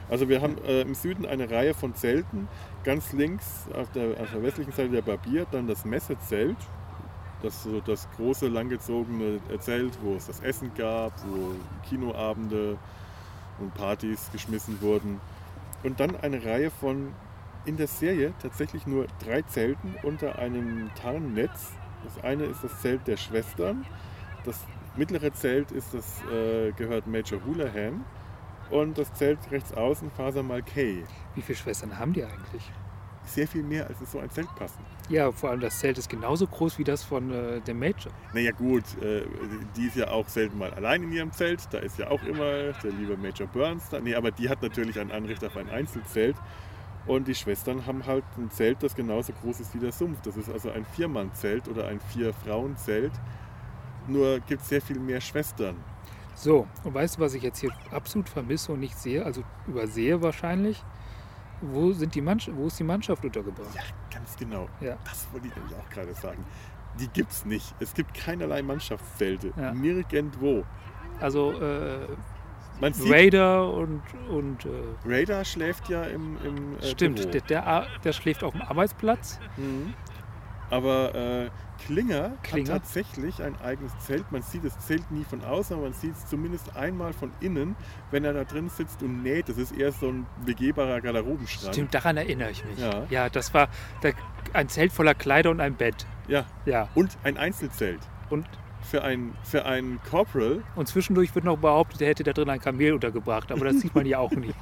Also wir haben äh, im Süden eine Reihe von Zelten. Ganz links auf der, auf der westlichen Seite der Barbier, dann das Messezelt. Das so das große, langgezogene Zelt, wo es das Essen gab, wo Kinoabende und Partys geschmissen wurden. Und dann eine Reihe von, in der Serie tatsächlich nur drei Zelten unter einem Tarnnetz. Das eine ist das Zelt der Schwestern. Das mittlere Zelt ist das, äh, gehört Major Houlihan. Und das Zelt rechts außen Father Mulcahy. Wie viele Schwestern haben die eigentlich? Sehr viel mehr, als in so ein Zelt passen. Ja, vor allem das Zelt ist genauso groß wie das von äh, dem Major. Naja gut, äh, die ist ja auch selten mal allein in ihrem Zelt. Da ist ja auch immer der liebe Major Burns da. Nee, aber die hat natürlich ein Anrecht auf ein Einzelzelt. Und die Schwestern haben halt ein Zelt, das genauso groß ist wie der Sumpf. Das ist also ein Vier-Mann-Zelt oder ein Vier-Frauen-Zelt. Nur gibt es sehr viel mehr Schwestern. So, und weißt du, was ich jetzt hier absolut vermisse und nicht sehe, also übersehe wahrscheinlich? Wo, sind die Mannschaft, wo ist die Mannschaft untergebracht? Ja, ganz genau. Ja. Das wollte ich nämlich auch gerade sagen. Die gibt es nicht. Es gibt keinerlei Mannschaftszelte. Ja. Nirgendwo. Also äh, Man sieht, Raider und... und äh, Raider schläft ja im, im äh, stimmt, Büro. der, der, der schläft auf dem Arbeitsplatz. Mhm. Aber äh, Klinger, Klinger hat tatsächlich ein eigenes Zelt. Man sieht das Zelt nie von außen, aber man sieht es zumindest einmal von innen, wenn er da drin sitzt und näht. Das ist eher so ein begehbarer Garderobenschrank. Stimmt, daran erinnere ich mich. Ja. Ja, das war der, ein Zelt voller Kleider und ein Bett. Ja. Ja. Und ein Einzelzelt. Und, Für einen für einen Corporal. und zwischendurch wird noch behauptet, er hätte da drin ein Kamel untergebracht. Aber das sieht man ja auch nicht.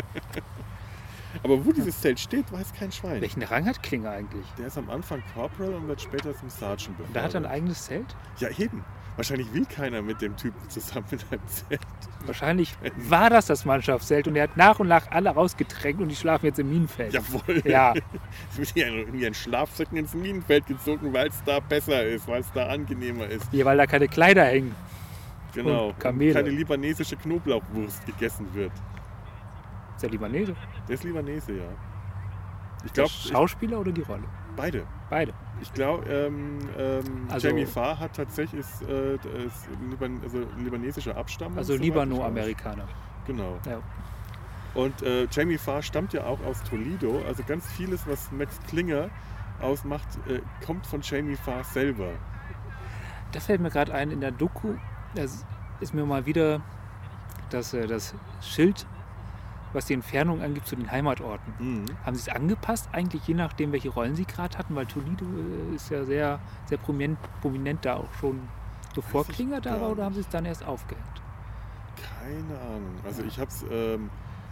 Aber wo dieses Zelt steht, weiß kein Schwein. Welchen Rang hat Klinger eigentlich? Der ist am Anfang Corporal und wird später zum Sergeant befördert. Und da hat er ein eigenes Zelt? Ja, eben. Wahrscheinlich will keiner mit dem Typen zusammen in einem Zelt. Wahrscheinlich war das das Mannschaftszelt und er hat nach und nach alle rausgedrängt und die schlafen jetzt im Minenfeld. Jawohl. Ja. Es wird hier irgendwie ein Schlafsäcken ins Minenfeld gezogen, weil es da besser ist, weil es da angenehmer ist. Hier, weil da keine Kleider hängen. Genau. Und Kamele. keine libanesische Knoblauchwurst gegessen wird. Ist der Libanese? Der ist Libanese, ja. Ich Der glaube, Schauspieler oder die Rolle? beide. Beide. Ich glaube, ähm, ähm, Also- Jamie Farr hat tatsächlich ist, äh, ist Liban also libanesischer Abstammung. Also soweit ich Libano-Amerikaner. weiß. Genau. Ja. Und äh, Jamie Farr stammt ja auch aus Toledo. Also ganz vieles, was Max Klinger ausmacht, äh, kommt von Jamie Farr selber. Da fällt mir gerade ein, in der Doku, das ist mir mal wieder das, äh, das Schild, was die Entfernung angibt zu den Heimatorten. Mhm. Haben sie es angepasst, eigentlich je nachdem, welche Rollen sie gerade hatten? Weil Toledo äh, ist ja sehr, sehr prominent, prominent da auch schon, bevor Weiß ich Klinger da gar war, oder nicht. haben sie es dann erst aufgehängt? Keine Ahnung. Also ich habe es ähm,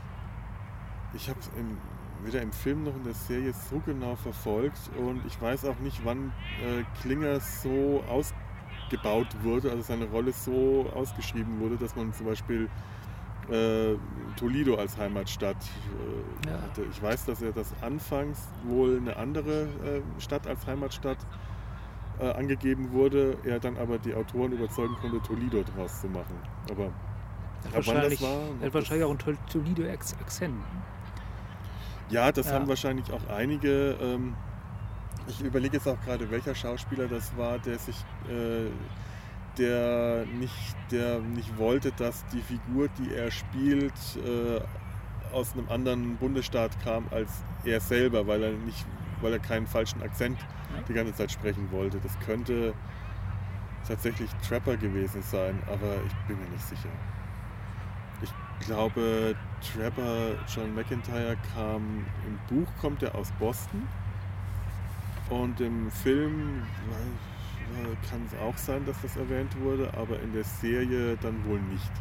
ich habe weder im Film noch in der Serie so genau verfolgt und ich weiß auch nicht, wann äh, Klinger so ausgebaut wurde, also seine Rolle so ausgeschrieben wurde, dass man zum Beispiel äh, Toledo als Heimatstadt äh, Ja. hatte. Ich weiß, dass er das anfangs wohl eine andere äh, Stadt als Heimatstadt äh, angegeben wurde, er dann aber die Autoren überzeugen konnte, Toledo draus zu machen. Aber Hat ab wann wahrscheinlich, das war, hat ob wahrscheinlich das- auch einen Toledo-Akzent. Ja, das Ja. haben wahrscheinlich auch einige. Ähm, ich überlege jetzt auch gerade, welcher Schauspieler das war, der sich, äh, der nicht, der nicht wollte, dass die Figur, die er spielt, äh, aus einem anderen Bundesstaat kam als er selber, weil er nicht, weil er keinen falschen Akzent Ja. die ganze Zeit sprechen wollte. Das könnte tatsächlich Trapper gewesen sein, aber ich bin mir nicht sicher. Ich glaube, Trapper John McIntyre kam, im Buch kommt er aus Boston und im Film äh, kann es auch sein, dass das erwähnt wurde, aber in der Serie dann wohl nicht.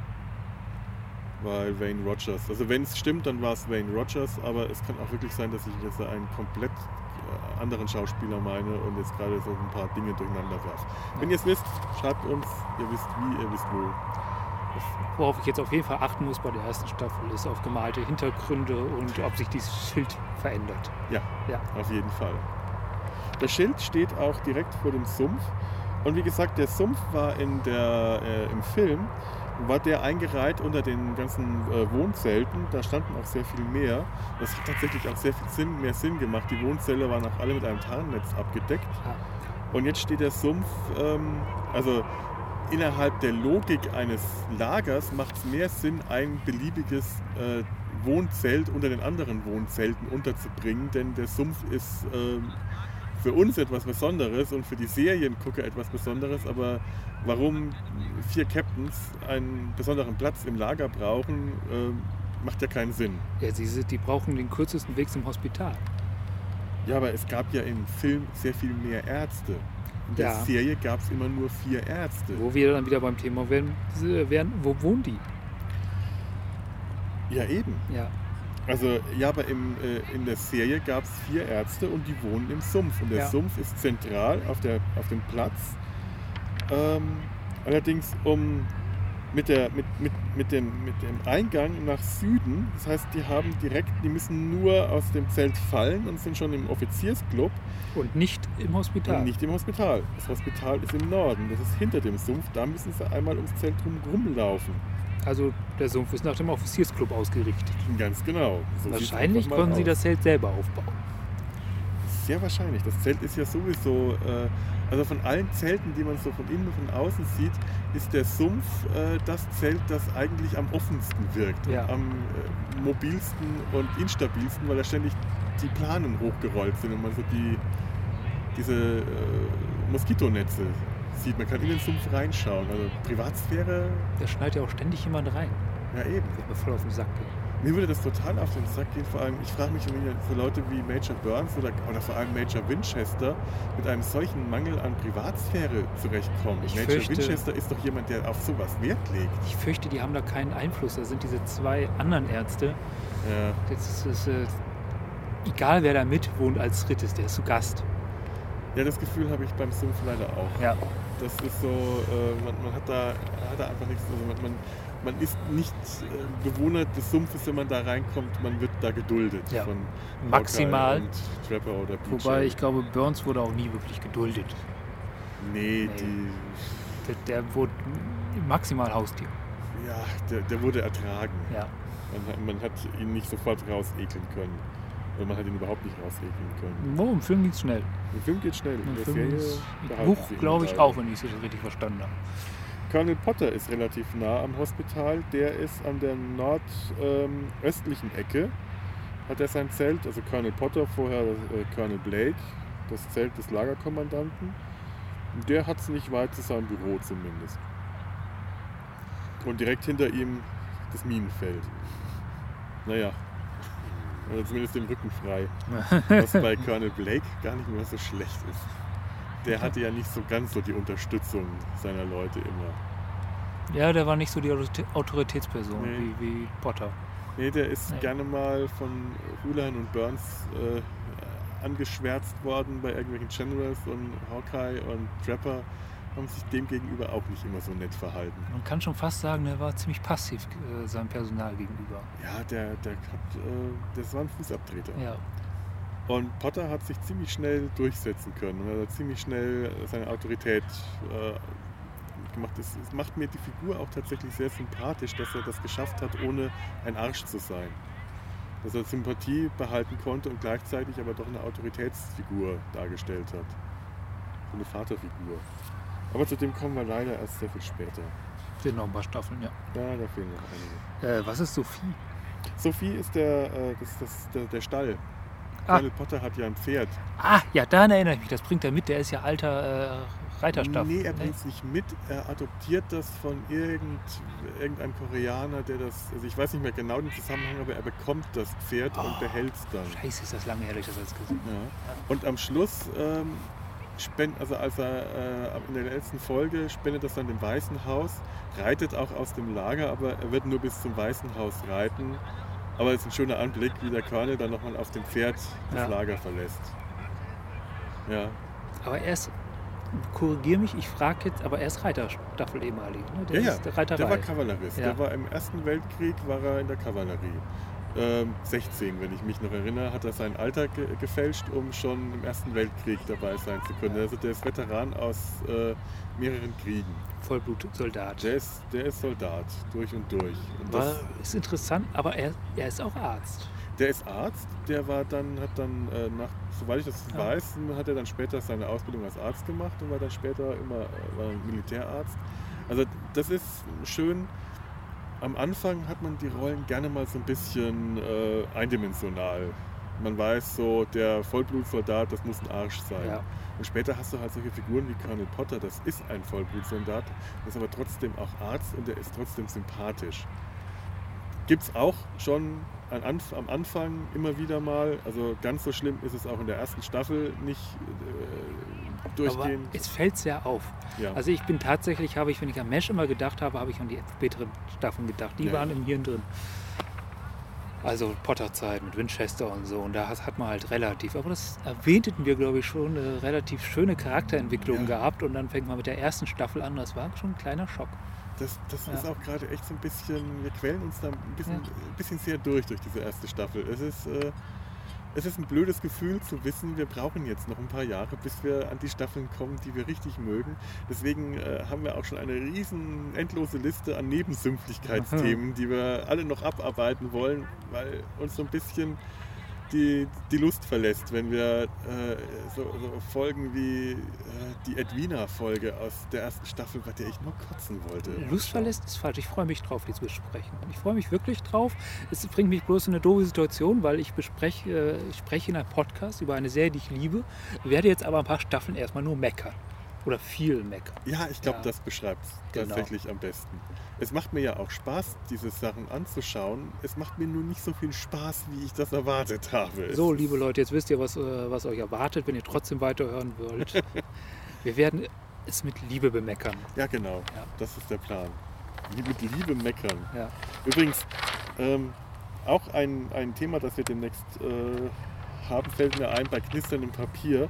Weil Wayne Rogers, also wenn es stimmt, dann war es Wayne Rogers, aber es kann auch wirklich sein, dass ich jetzt einen komplett äh, anderen Schauspieler meine und jetzt gerade so ein paar Dinge durcheinander werfe. Wenn ihr es wisst, schreibt uns, ihr wisst wie, ihr wisst wo. Das Worauf ich jetzt auf jeden Fall achten muss bei der ersten Staffel, ist auf gemalte Hintergründe und ob sich dieses Schild verändert. Ja, Ja. auf jeden Fall. Das Schild steht auch direkt vor dem Sumpf. Und wie gesagt, der Sumpf war in der, äh, im Film, war der eingereiht unter den ganzen äh, Wohnzelten. Da standen auch sehr viel mehr. Das hat tatsächlich auch sehr viel Sinn, mehr Sinn gemacht. Die Wohnzelle waren auch alle mit einem Tarnnetz abgedeckt. Ja. Und jetzt steht der Sumpf, ähm, also innerhalb der Logik eines Lagers macht es mehr Sinn, ein beliebiges äh, Wohnzelt unter den anderen Wohnzelten unterzubringen, denn der Sumpf ist äh, für uns etwas Besonderes und für die Seriengucker etwas Besonderes, aber warum vier Captains einen besonderen Platz im Lager brauchen, äh, macht ja keinen Sinn. Ja, sie, sind- die brauchen den kürzesten Weg zum Hospital. Ja, aber es gab ja im Film sehr viel mehr Ärzte. In der Ja. Serie gab es immer nur vier Ärzte. Wo wir dann wieder beim Thema werden, werden wo wohnen die? Ja, eben. Ja. Also, ja, aber im, äh, in der Serie gab es vier Ärzte und die wohnen im Sumpf. Und der Ja. Sumpf ist zentral auf, der, auf dem Platz. Ähm, allerdings um mit, der, mit, mit, mit, dem, mit dem Eingang nach Süden. Das heißt, die haben direkt, die müssen nur aus dem Zelt fallen und sind schon im Offiziersclub Und nicht im Hospital. und nicht im Hospital. Das Hospital ist im Norden, das ist hinter dem Sumpf. Da müssen sie einmal ums Zelt drum rumlaufen. Also der Sumpf ist nach dem Offiziersclub ausgerichtet. Ganz genau. So sieht's Wahrscheinlich einfach mal konnten sie aus. das Zelt selber aufbauen. Sehr wahrscheinlich. Das Zelt ist ja sowieso, äh, also von allen Zelten, die man so von innen und von außen sieht, ist der Sumpf äh, das Zelt, das eigentlich am offensten wirkt Ja. und am äh, mobilsten und instabilsten, weil da ständig die Planen hochgerollt sind und man so die, diese äh, Moskitonetze sieht. Man kann in den Sumpf reinschauen. Also Privatsphäre, Da schneidet ja auch ständig jemand rein. ja eben. Wird mir voll auf den Sack gehen. Mir würde das total auf den Sack gehen, vor allem, ich frage mich, wie so Leute wie Major Burns oder, oder vor allem Major Winchester mit einem solchen Mangel an Privatsphäre zurechtkommen. Ich Major fürchte- Winchester ist doch jemand, der auf sowas Wert legt. Ich fürchte, die haben da keinen Einfluss. Da sind diese zwei anderen Ärzte. Ja, Das ist, ist äh, egal, wer da mit wohnt als Drittes, der ist zu Gast. ja das Gefühl habe ich beim Sumpf leider auch. Ja. Das ist so, äh, man, man hat, da, hat da einfach nichts, also man, man, man ist nicht äh, Bewohner des Sumpfes, wenn man da reinkommt, man wird da geduldet Ja. von Maximal. Hawkeye und Trapper oder P J. Wobei ich glaube, Burns wurde auch nie wirklich geduldet. Nee, Nee. die... Der, der wurde maximal Haustier. Ja, der, der wurde ertragen. Ja. Man, hat- man hat ihn nicht sofort rausekeln können. Oder man hat ihn überhaupt nicht rausekeln können. Oh, im Film ging es schnell. Im Film geht schnell. Im In der Film Serie ging's- behalten Buch sie ihn glaube ich leider. auch, wenn ich es richtig verstanden habe. Colonel Potter ist relativ nah am Hospital. Der ist an der nordöstlichen Ecke. Hat er sein Zelt, also Colonel Potter, vorher äh, Colonel Blake, das Zelt des Lagerkommandanten. Und der hat es nicht weit zu seinem Büro zumindest. Und direkt hinter ihm das Minenfeld. Naja, oder zumindest den Rücken frei. Was bei Colonel Blake gar nicht mehr so schlecht ist. Der hatte ja nicht so ganz so die Unterstützung seiner Leute immer. Ja, der war nicht so die Autoritä- Autoritätsperson Nee. wie, wie Potter. Nee, der ist Nee. gerne mal von Houlihan und Burns äh, angeschwärzt worden bei irgendwelchen Generals, und Hawkeye und Trapper haben sich dem gegenüber auch nicht immer so nett verhalten. Man kann schon fast sagen, der war ziemlich passiv äh, seinem Personal gegenüber. Ja, der, der hat, äh, das war ein Fußabtreter. Ja. Und Potter hat sich ziemlich schnell durchsetzen können und hat ziemlich schnell seine Autorität äh, gemacht. Es, es macht mir die Figur auch tatsächlich sehr sympathisch, dass er das geschafft hat, ohne ein Arsch zu sein. Dass er Sympathie behalten konnte und gleichzeitig aber doch eine Autoritätsfigur dargestellt hat. So eine Vaterfigur. Aber zu dem kommen wir leider erst sehr viel später. Sind noch ein paar Staffeln, ja. Ja, da fehlen noch einige. Äh, was ist Sophie? Sophie ist der, äh, das, das, der, der Stall. Ah. Colonel Potter hat ja ein Pferd. Ah, ja, daran erinnere ich mich. Das bringt er mit. Der ist ja alter äh, Reiterstaff. Nee, er bringt es nicht mit. Er adoptiert das von irgend, irgendeinem Koreaner, der das, also ich weiß nicht mehr genau den Zusammenhang, aber er bekommt das Pferd Oh. und behält es dann. Scheiße, ist das lange her, dass ich das jetzt gesehen habe. Ja. Und am Schluss, ähm, spend, also als er äh, in der letzten Folge spendet das dann dem Weißen Haus, reitet auch aus dem Lager, aber er wird nur bis zum Weißen Haus reiten. Aber es ist ein schöner Anblick, wie der Colonel dann nochmal auf dem Pferd das Ja. Lager verlässt. Ja. Aber er ist, korrigiere mich, ich frage jetzt, aber er ist Reiterstaffel ehemalig. Ne? Der Ja, ja, ist der Reiterei. der war Kavallerist. Ja. Der war im Ersten Weltkrieg war er in der Kavallerie. Ähm, sechzehn, wenn ich mich noch erinnere, hat er sein Alter ge gefälscht, um schon im Ersten Weltkrieg dabei sein zu können. Also der ist Veteran aus äh, mehreren Kriegen. Vollblutsoldat. Der ist, der ist Soldat, durch und durch. Und War, das, ist interessant, aber er, er ist auch Arzt. der ist Arzt, der war dann, hat dann äh, nach, soweit ich das Ja. weiß, hat er dann später seine Ausbildung als Arzt gemacht und war dann später immer äh, war ein Militärarzt. Also das ist schön. am Anfang hat man die Rollen gerne mal so ein bisschen äh, eindimensional. Man weiß so, der Vollblutsoldat, das muss ein Arsch sein. Ja. Und später hast du halt solche Figuren wie Colonel Potter, das ist ein Vollblutsoldat, der ist aber trotzdem auch Arzt und der ist trotzdem sympathisch. Gibt es auch schon an, Anf- am Anfang immer wieder mal, also ganz so schlimm ist es auch in der ersten Staffel nicht äh, durchgehend. Aber es fällt sehr auf. Ja. Also ich bin tatsächlich, habe ich, wenn ich an Mesh immer gedacht habe, habe ich an die späteren Staffeln gedacht. Die Ja. waren im Hirn drin. Also Potter-Zeit mit Winchester und so. Und da hat hat man halt relativ, aber das erwähnten wir, glaube ich, schon, eine relativ schöne Charakterentwicklung Ja. gehabt. Und dann fängt man mit der ersten Staffel an. Das war schon ein kleiner Schock. Das, das Ja. ist auch gerade echt so ein bisschen, wir quälen uns da ein bisschen, Ja. ein bisschen sehr durch, durch diese erste Staffel. Es ist, äh, es ist ein blödes Gefühl zu wissen, wir brauchen jetzt noch ein paar Jahre, bis wir an die Staffeln kommen, die wir richtig mögen. Deswegen äh, haben wir auch schon eine riesen, endlose Liste an Nebensümpflichkeitsthemen, die wir alle noch abarbeiten wollen, weil uns so ein bisschen die, die Lust verlässt, wenn wir äh, so, so Folgen wie äh, die Edwina-Folge aus der ersten Staffel, bei der ich nur kotzen wollte. Lust verlässt ist falsch. Ich freue mich drauf, die zu besprechen. Ich freue mich wirklich drauf. Es bringt mich bloß in eine doofe Situation, weil ich bespreche, äh, ich spreche in einem Podcast über eine Serie, die ich liebe, werde jetzt aber ein paar Staffeln erstmal nur meckern. Oder viel meckern. Ja, ich glaube, Ja. das beschreibt es Genau. tatsächlich am besten. Es macht mir ja auch Spaß, diese Sachen anzuschauen. Es macht mir nur nicht so viel Spaß, wie ich das erwartet habe. Es So, ist- liebe Leute, jetzt wisst ihr, was, äh, was euch erwartet, wenn ihr trotzdem weiterhören wollt. Wir werden es mit Liebe bemeckern. Ja, genau. Ja. Das ist der Plan. Lie- Mit Liebe meckern. Ja. Übrigens, ähm, auch ein, ein Thema, das wir demnächst äh, haben, fällt mir ein bei knisterndem Papier.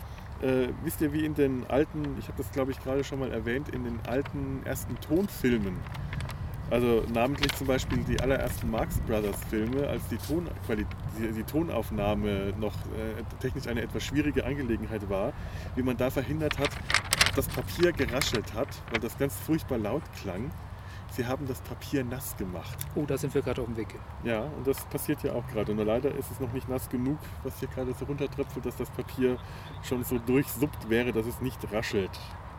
Äh, wisst ihr, wie in den alten, ich habe das glaube ich gerade schon mal erwähnt, in den alten ersten Tonfilmen, also namentlich zum Beispiel die allerersten Marx Brothers Filme, als die, Tonquali- die, die Tonaufnahme noch äh, technisch eine etwas schwierige Angelegenheit war, wie man da verhindert hat, dass das Papier geraschelt hat, weil das ganz furchtbar laut klang. Sie haben das Papier nass gemacht. Oh, da sind wir gerade auf dem Weg. Ja, und das passiert ja auch gerade. Nur leider ist es noch nicht nass genug, was hier gerade so runtertröpfelt, dass das Papier schon so durchsuppt wäre, dass es nicht raschelt.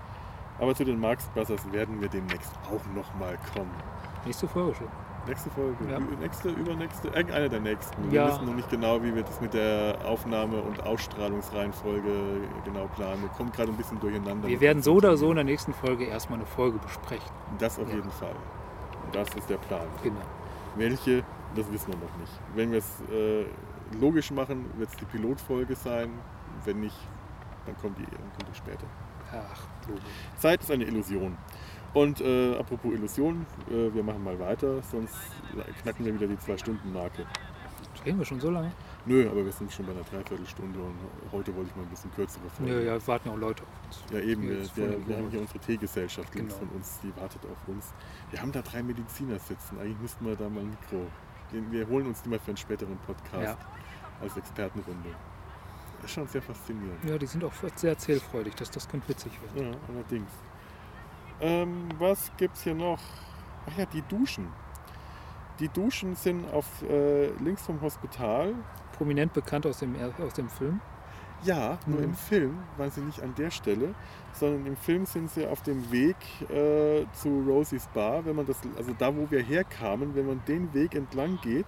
Aber zu den Marx Brothers werden wir demnächst auch nochmal kommen. Nächste Folge schon. Nächste Folge, Ja. Ü- nächste, übernächste, irgendeine der nächsten. Ja. Wir wissen noch nicht genau, wie wir das mit der Aufnahme- und Ausstrahlungsreihenfolge genau planen. Wir kommen gerade ein bisschen durcheinander. Wir mit werden den so oder so Terminen. in der nächsten Folge erstmal eine Folge besprechen. Das auf Ja. jeden Fall. Das ist der Plan. Genau. Welche, das wissen wir noch nicht. Wenn wir es äh, logisch machen, wird es die Pilotfolge sein. Wenn nicht, dann kommt die, dann kommt die später. Ach, logisch. Zeit ist eine Illusion. Und äh, apropos Illusion, äh, wir machen mal weiter, sonst knacken wir wieder die Zwei-Stunden-Marke. Reden wir schon so lange? Nö, aber wir sind schon bei einer Dreiviertelstunde und heute wollte ich mal ein bisschen kürzere Ja, Folge. ja, es warten ja auch Leute auf uns. Ja, eben, Die wir, jetzt vor wir, dem wir haben Büro- hier unsere Teegesellschaft links Genau. von uns, die wartet auf uns. Wir haben da drei Mediziner sitzen, eigentlich müssten wir da mal ein Mikro. Den- Wir holen uns die mal für einen späteren Podcast Ja. als Expertenrunde. Das ist schon sehr faszinierend. Ja, die sind auch sehr erzählfreudig. Das, das könnte witzig werden. Ja, allerdings. Ähm, was gibt's hier noch? Ach ja, die Duschen. Die Duschen sind auf äh, links vom Hospital. Prominent bekannt aus dem, aus dem Film. Ja, nur Mhm. im Film waren sie nicht an der Stelle, sondern im Film sind sie auf dem Weg äh, zu Rosies Bar. Wenn man das, also da, wo wir herkamen, wenn man den Weg entlang geht,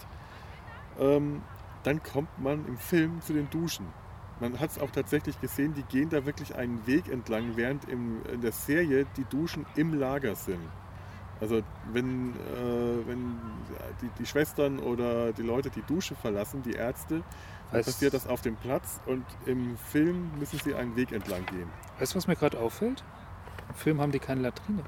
ähm, dann kommt man im Film zu den Duschen. Man hat es auch tatsächlich gesehen, die gehen da wirklich einen Weg entlang, während im, in der Serie die Duschen im Lager sind. Also wenn, äh, wenn die, die Schwestern oder die Leute die Dusche verlassen, die Ärzte, dann Weißt- passiert das auf dem Platz und im Film müssen sie einen Weg entlang gehen. Weißt du, was mir gerade auffällt? Im Film haben die keine Latrine.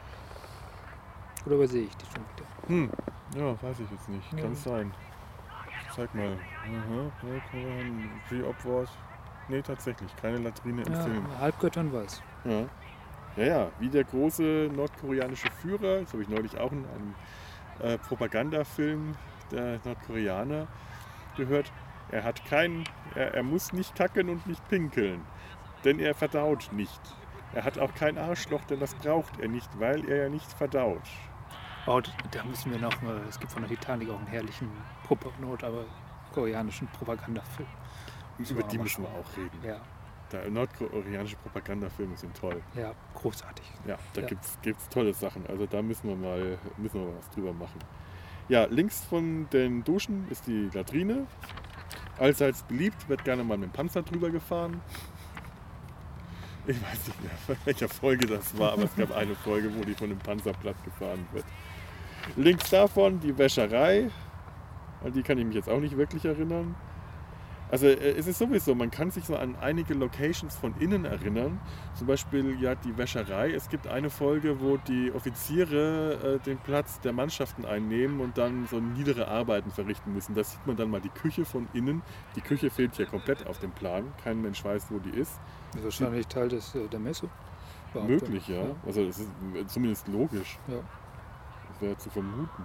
Oder übersehe ich die schon wieder? Hm, ja, weiß ich jetzt nicht. Ja. Kann sein. Zeig mal. Aha, Pre-Op-Wort. Nee, tatsächlich. Keine Latrine im Ja, Film. Halbgöttern weiß. Ja. Ja, ja, wie der große nordkoreanische Führer, das habe ich neulich auch in einem äh, Propagandafilm der Nordkoreaner gehört, er hat keinen, er, er muss nicht kacken und nicht pinkeln, denn er verdaut nicht. Er hat auch kein Arschloch, denn das braucht er nicht, weil er ja nicht verdaut. Oh, da müssen wir noch mal, es gibt von der Titanic auch einen herrlichen Propaganda, aber koreanischen Propagandafilm. Müssen Über wir die noch mal müssen wir schauen. auch reden. Ja. Der nordkoreanische Propagandafilme sind toll. Ja, großartig. Ja, da Ja. gibt es tolle Sachen. Also da müssen wir mal müssen wir mal was drüber machen. Ja, links von den Duschen ist die Latrine. Allseits beliebt, wird gerne mal mit dem Panzer drüber gefahren. Ich weiß nicht mehr, von welcher Folge das war, aber es gab eine Folge, wo die von dem Panzer platt gefahren wird. Links davon die Wäscherei. An die kann ich mich jetzt auch nicht wirklich erinnern. Also äh, es ist sowieso, man kann sich so an einige Locations von innen erinnern. Zum Beispiel ja die Wäscherei. Es gibt eine Folge, wo die Offiziere äh, den Platz der Mannschaften einnehmen und dann so niedere Arbeiten verrichten müssen. Da sieht man dann mal die Küche von innen. Die Küche fehlt hier komplett auf dem Plan. Kein Mensch weiß, wo die ist. Das ist wahrscheinlich Teil des, äh, der Messe. Möglich, ja. Also das ist zumindest logisch. Ja. Das wäre zu vermuten.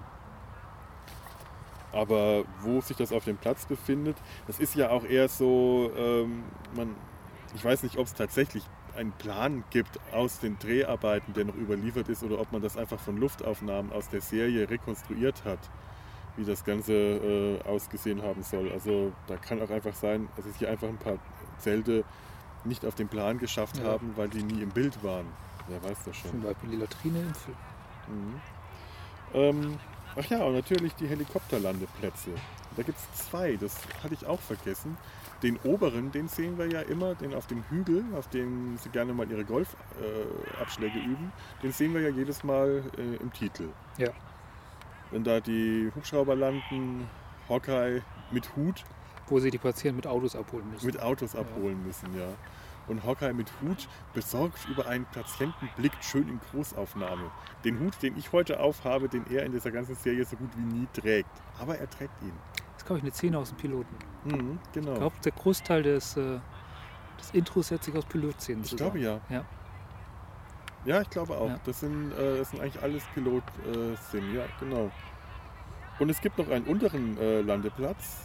Aber wo sich das auf dem Platz befindet, das ist ja auch eher so, ähm, man, ich weiß nicht, ob es tatsächlich einen Plan gibt aus den Dreharbeiten, der noch überliefert ist, oder ob man das einfach von Luftaufnahmen aus der Serie rekonstruiert hat, wie das Ganze äh, ausgesehen haben soll. Also da kann auch einfach sein, dass es hier einfach ein paar Zelte nicht auf den Plan geschafft Ja. haben, weil die nie im Bild waren. Wer weiß das schon. Zum Beispiel die Latrine im Film. Mhm. Ähm, ach ja, und natürlich die Helikopterlandeplätze. Da gibt es zwei, das hatte ich auch vergessen. Den oberen, den sehen wir ja immer, den auf dem Hügel, auf dem sie gerne mal ihre Golfabschläge äh, üben. Den sehen wir ja jedes Mal äh, im Titel. Ja. Wenn da die Hubschrauber landen, Hawkeye mit Hut, Wo sie die Patienten mit Autos abholen müssen. mit Autos abholen müssen, ja. Und Hawkeye mit Hut besorgt über einen Patienten blickt schön in Großaufnahme. Den Hut, den ich heute aufhabe, den er in dieser ganzen Serie so gut wie nie trägt. Aber er trägt ihn. Das ist, glaube ich, eine Szene aus dem Piloten. Mhm, genau. Ich glaube, der Großteil des, äh, des Intros setzt sich aus Pilotszenen Ich zusammen. glaube ja. Ja. Ja, ich glaube auch. Ja. Das, sind, äh, das sind eigentlich alles Pilot-Szenen, ja, genau. Und es gibt noch einen unteren äh, Landeplatz.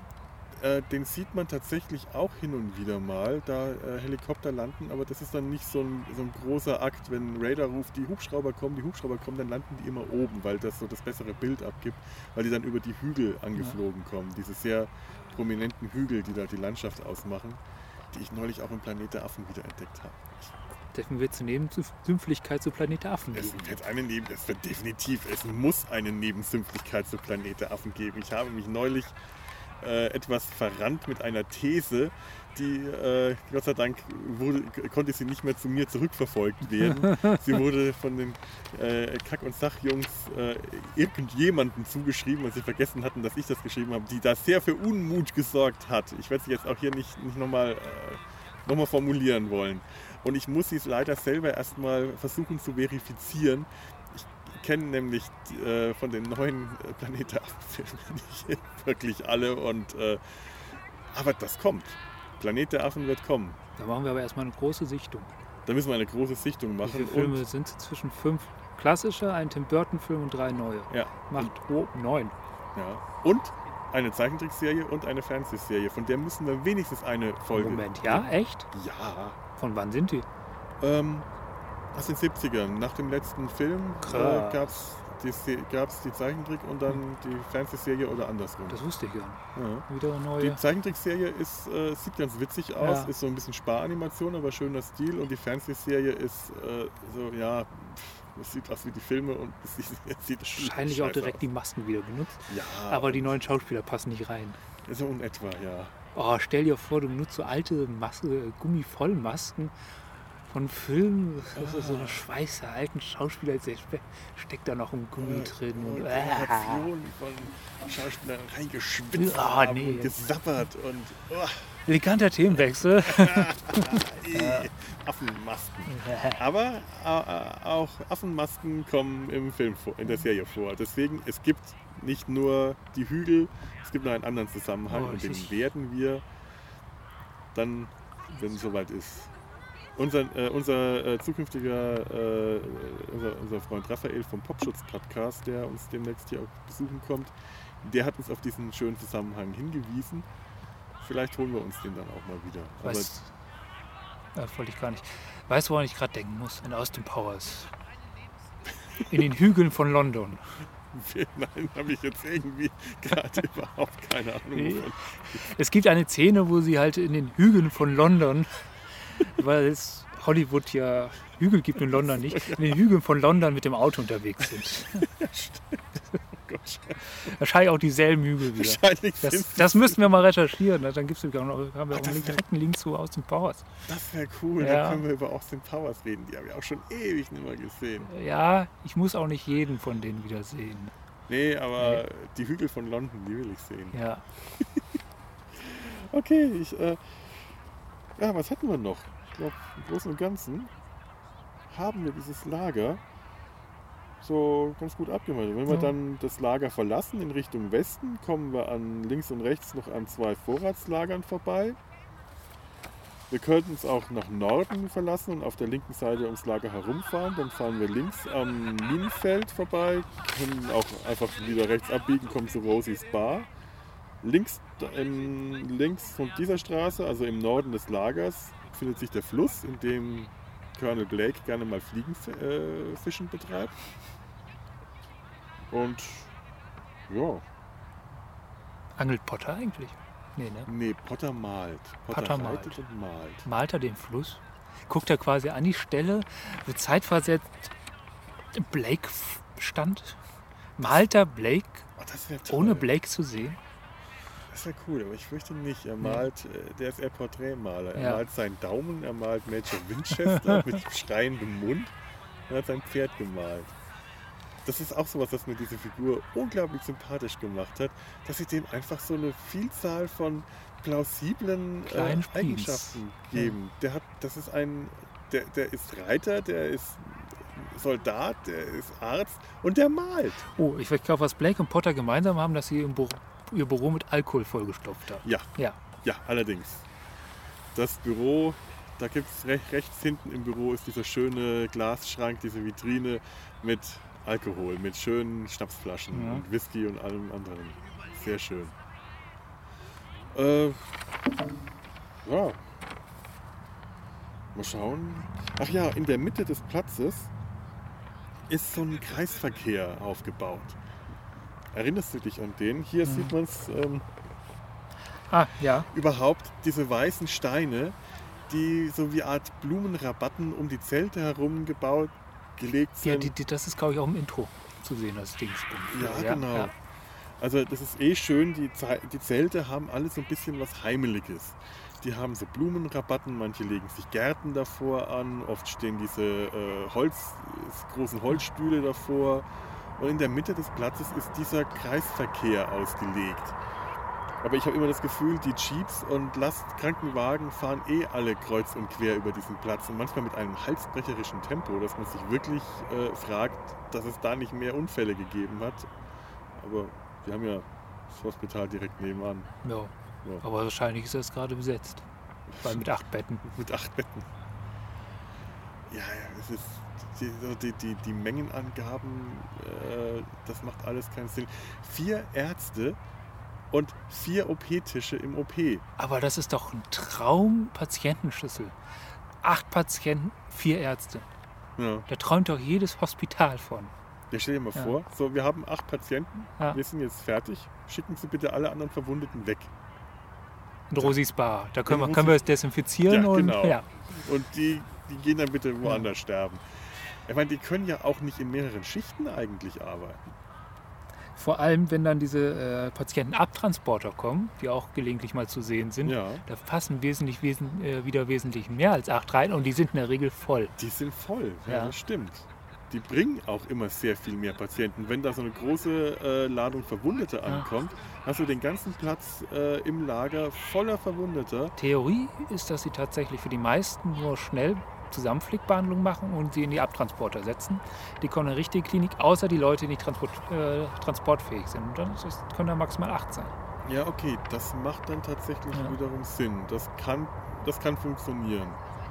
Äh, den sieht man tatsächlich auch hin und wieder mal, da äh, Helikopter landen, aber das ist dann nicht so ein, so ein großer Akt, wenn Radar ruft, die Hubschrauber kommen, die Hubschrauber kommen, dann landen die immer oben, weil das so das bessere Bild abgibt, weil die dann über die Hügel angeflogen kommen, diese sehr prominenten Hügel, die da die Landschaft ausmachen, die ich neulich auch im Planet der Affen wieder entdeckt habe. Dürfen wir zur Nebensümpflichkeit zu Planet der Affen Es geben? wird eine Neben, es wird definitiv, es muss eine Nebensümpflichkeit zu Planet der Affen geben. Ich habe mich neulich äh, etwas verrannt mit einer These, die, äh, Gott sei Dank, wurde, konnte sie nicht mehr zu mir zurückverfolgt werden. Sie wurde von den äh, Kack- und Sachjungs äh, irgendjemandem zugeschrieben, weil sie vergessen hatten, dass ich das geschrieben habe, die da sehr für Unmut gesorgt hat. Ich werde sie jetzt auch hier nicht, nicht nochmal äh, noch mal formulieren wollen. Und ich muss sie leider selber erstmal versuchen zu verifizieren. Ich kenne nämlich äh, von den neuen äh, Planet der Affen-Filmen nicht wirklich alle. Und, äh, aber das kommt. Planet der Affen wird kommen. Da machen wir aber erstmal eine große Sichtung. Da müssen wir eine große Sichtung Wie machen. viele Filme Und, sind es inzwischen? Fünf klassische, ein Tim Burton-Film und drei neue. ja, Macht oh, neun. ja. Und eine Zeichentrickserie und eine Fernsehserie. Von der müssen wir wenigstens eine Folge. Moment, ja, echt? Ja. Von wann sind die? Ähm, aus den siebzigern. Nach dem letzten Film äh, Krass. gab es die, Se- gab's die Zeichentrick und dann die Fernsehserie oder andersrum. Das wusste ich gar nicht. Ja. Wieder eine Die neue. Zeichentrickserie ist, äh, sieht ganz witzig aus, Ja. ist so ein bisschen Sparanimation, aber schöner Stil. Und die Fernsehserie ist äh, so, ja, pff, es sieht aus wie die Filme und es sieht, es sieht Wahrscheinlich auch scheiße direkt aus. die Masken wieder benutzt. Ja, Aber die neuen Schauspieler passen nicht rein. so in etwa, ja. Oh, stell dir vor, du benutzt so alte Maske, Gummivollmasken von Filmen. Das ist so eine Schweiß der alten Schauspieler. Jetzt steckt da noch ein Gummi drin. Und Und, äh, Generationen von Schauspielern reingeschwitzt Ah, haben nee. und gesabbert und oh, eleganter Themenwechsel. eh, Affenmasken. Aber äh, auch Affenmasken kommen im Film vor, in der Serie vor. Deswegen, es gibt nicht nur die Hügel, es gibt noch einen anderen Zusammenhang Oh, und den richtig. werden wir dann, wenn es soweit ist. Unser, äh, unser äh, zukünftiger, äh, unser, unser Freund Raphael vom Popschutz-Podcast, der uns demnächst hier auch besuchen kommt, der hat uns auf diesen schönen Zusammenhang hingewiesen. Vielleicht holen wir uns den dann auch mal wieder. Aber Weißt, äh, wollte ich gar nicht. Weißt du, woran ich gerade denken muss? In Austin Powers. In den Hügeln von London. nein, habe ich jetzt irgendwie gerade überhaupt keine Ahnung. Nee. Wovon. Es gibt eine Szene, wo sie halt in den Hügeln von London weil es Hollywood ja Hügel gibt in London nicht, in den Hügeln von London mit dem Auto unterwegs sind. Wahrscheinlich auch dieselben Hügel wieder. Wahrscheinlich Das, sind's- das müssten wir mal recherchieren. ne? Dann gibt's auch noch, haben wir Ah, auch das einen wär- direkten Link zu Austin Powers. Das wäre cool, Ja. da können wir über Austin Powers reden. Die habe ich auch schon ewig nicht mehr gesehen. Ja, ich muss auch nicht jeden von denen wieder sehen. Nee, aber die Hügel von London, die will ich sehen. Ja, Okay, ich, äh, ja, was hatten wir noch? Ich glaube, im Großen und Ganzen haben wir dieses Lager so ganz gut abgemeldet. Wenn wir Ja. dann das Lager verlassen in Richtung Westen, kommen wir an links und rechts noch an zwei Vorratslagern vorbei. Wir könnten es auch nach Norden verlassen und auf der linken Seite ums Lager herumfahren. Dann fahren wir links am Minenfeld vorbei, können auch einfach wieder rechts abbiegen, kommen zu Rosie's Bar. Links, ähm, links von dieser Straße, also im Norden des Lagers, befindet sich der Fluss, in dem Colonel Blake gerne mal Fliegenfischen betreibt. Und ja, angelt Potter eigentlich? Nee, ne? nee, Potter malt. Potter, Potter reitet malt. und malt. Malt er den Fluss? Guckt er quasi an die Stelle, wo zeitversetzt Blake f- stand? Malt er Blake, Oh, das wäre toll. ohne Blake zu sehen? Das wäre cool, aber ich fürchte nicht. Er malt, äh, der ist eher Porträtmaler. Er Ja. malt seinen Daumen, er malt Major Winchester mit schreiendem Mund und hat sein Pferd gemalt. Das ist auch sowas, was mir diese Figur unglaublich sympathisch gemacht hat, dass sie dem einfach so eine Vielzahl von plausiblen äh, Kleinen Spieß. Eigenschaften geben. Der hat, das ist ein, der, der ist Reiter, der ist Soldat, der ist Arzt und der malt. Oh, ich glaube, was Blake und Potter gemeinsam haben, dass sie im Büro, ihr Büro mit Alkohol vollgestopft haben. Ja, Ja, ja, allerdings. Das Büro, da gibt es recht, rechts hinten im Büro ist dieser schöne Glasschrank, diese Vitrine mit Alkohol, mit schönen Schnapsflaschen Ja. und Whisky und allem anderen. Sehr schön. Äh, ja. Mal schauen. Ach ja, in der Mitte des Platzes ist so ein Kreisverkehr aufgebaut. Erinnerst du dich an den? Hier sieht man es ähm, ah, ja. überhaupt, diese weißen Steine, die so wie Art Blumenrabatten um die Zelte herum gebaut, gelegt ja sind. die, die, das ist, glaube ich, auch im Intro zu sehen, das Dingsbums. Ja, genau. Ja. Also das ist eh schön, die, Ze- die Zelte haben alle so ein bisschen was Heimeliges. Die haben so Blumenrabatten, manche legen sich Gärten davor an, oft stehen diese äh, Holz, großen Holzstühle davor. Und in der Mitte des Platzes ist dieser Kreisverkehr ausgelegt. Aber ich habe immer das Gefühl, die Jeeps und Lastkrankenwagen fahren eh alle kreuz und quer über diesen Platz. Und manchmal mit einem halsbrecherischen Tempo, dass man sich wirklich äh, fragt, dass es da nicht mehr Unfälle gegeben hat. Aber wir haben ja das Hospital direkt nebenan. Ja. Ja. Aber wahrscheinlich ist das gerade besetzt. Weil mit acht Betten. Mit acht Betten. Ja, ja, es ist die, so die, die, die Mengenangaben, äh, das macht alles keinen Sinn. Vier Ärzte und vier O P-Tische im O P. Aber das ist doch ein Traum-Patientenschlüssel. Acht Patienten, vier Ärzte. Ja. Da träumt doch jedes Hospital von. Ja, stell dir mal Ja. vor, so, wir haben acht Patienten, Ja. wir sind jetzt fertig, schicken Sie bitte alle anderen Verwundeten weg. Und Rosis Bar. Da können, Ja, wir, können wir es desinfizieren Ja, und genau. ja. Und die, die gehen dann bitte woanders sterben. Ich meine, die können ja auch nicht in mehreren Schichten eigentlich arbeiten. Vor allem, wenn dann diese äh, Patientenabtransporter kommen, die auch gelegentlich mal zu sehen sind, Ja, da passen wesentlich, wesen, äh, wieder wesentlich mehr als acht rein und die sind in der Regel voll. die sind voll, ja, Ja. das stimmt. Die bringen auch immer sehr viel mehr Patienten. Wenn da so eine große äh, Ladung Verwundete ankommt, hast du den ganzen Platz äh, im Lager voller Verwundeter. Theorie ist, dass sie tatsächlich für die meisten nur schnell Zusammenflickbehandlung machen und sie in die Abtransporter setzen. Die kommen in eine richtige Klinik, außer die Leute, die nicht transport, äh, transportfähig sind. Und dann ist es, können da maximal acht sein. Ja, okay, das macht dann tatsächlich Ja. wiederum Sinn. Das kann, das kann funktionieren.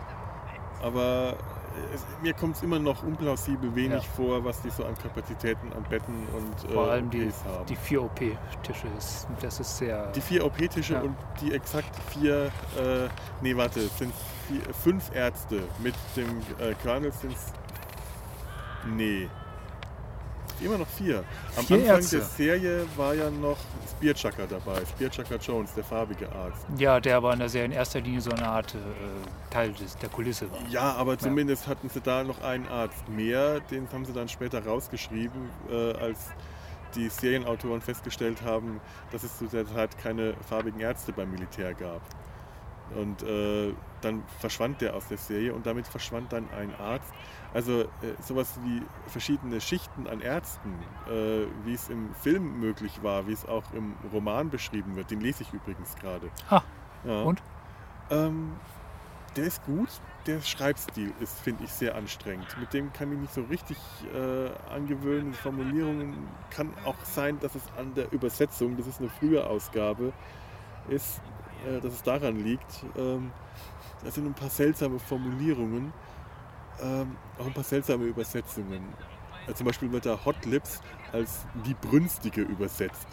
Aber es, mir kommt es immer noch unplausibel wenig Ja. vor, was die so an Kapazitäten, an Betten und äh, Vor allem die, O Ps haben. die vier O P-Tische. ist- Das ist sehr... Die vier O P-Tische Ja. und die exakt vier, äh, nee warte, es sind vier, fünf Ärzte. Mit dem äh, Colonel sind es, nee, immer noch vier. Am Vier Anfang Ärzte. der Serie war ja noch Spearchucker dabei, Spearchucker Jones, der farbige Arzt. Ja, der aber in der Serie in erster Linie so eine Art äh, Teil des, der Kulisse war. Ja, aber zumindest hatten sie da noch einen Arzt mehr, den haben sie dann später rausgeschrieben, äh, als die Serienautoren festgestellt haben, dass es zu der Zeit keine farbigen Ärzte beim Militär gab. Und äh, dann verschwand der aus der Serie und damit verschwand dann ein Arzt. Also äh, sowas wie verschiedene Schichten an Ärzten, äh, wie es im Film möglich war, wie es auch im Roman beschrieben wird, den lese ich übrigens gerade. Ha, Ja. und? Ähm, der ist gut, der Schreibstil ist, finde ich, sehr anstrengend. Mit dem kann ich nicht so richtig äh, angewöhnen. Die Formulierungen kann auch sein, dass es an der Übersetzung, das ist eine frühe Ausgabe, ist, äh, dass es daran liegt. Ähm, da sind ein paar seltsame Formulierungen, ähm, auch ein paar seltsame Übersetzungen. Äh, zum Beispiel wird da Hot Lips als die Brünstige übersetzt.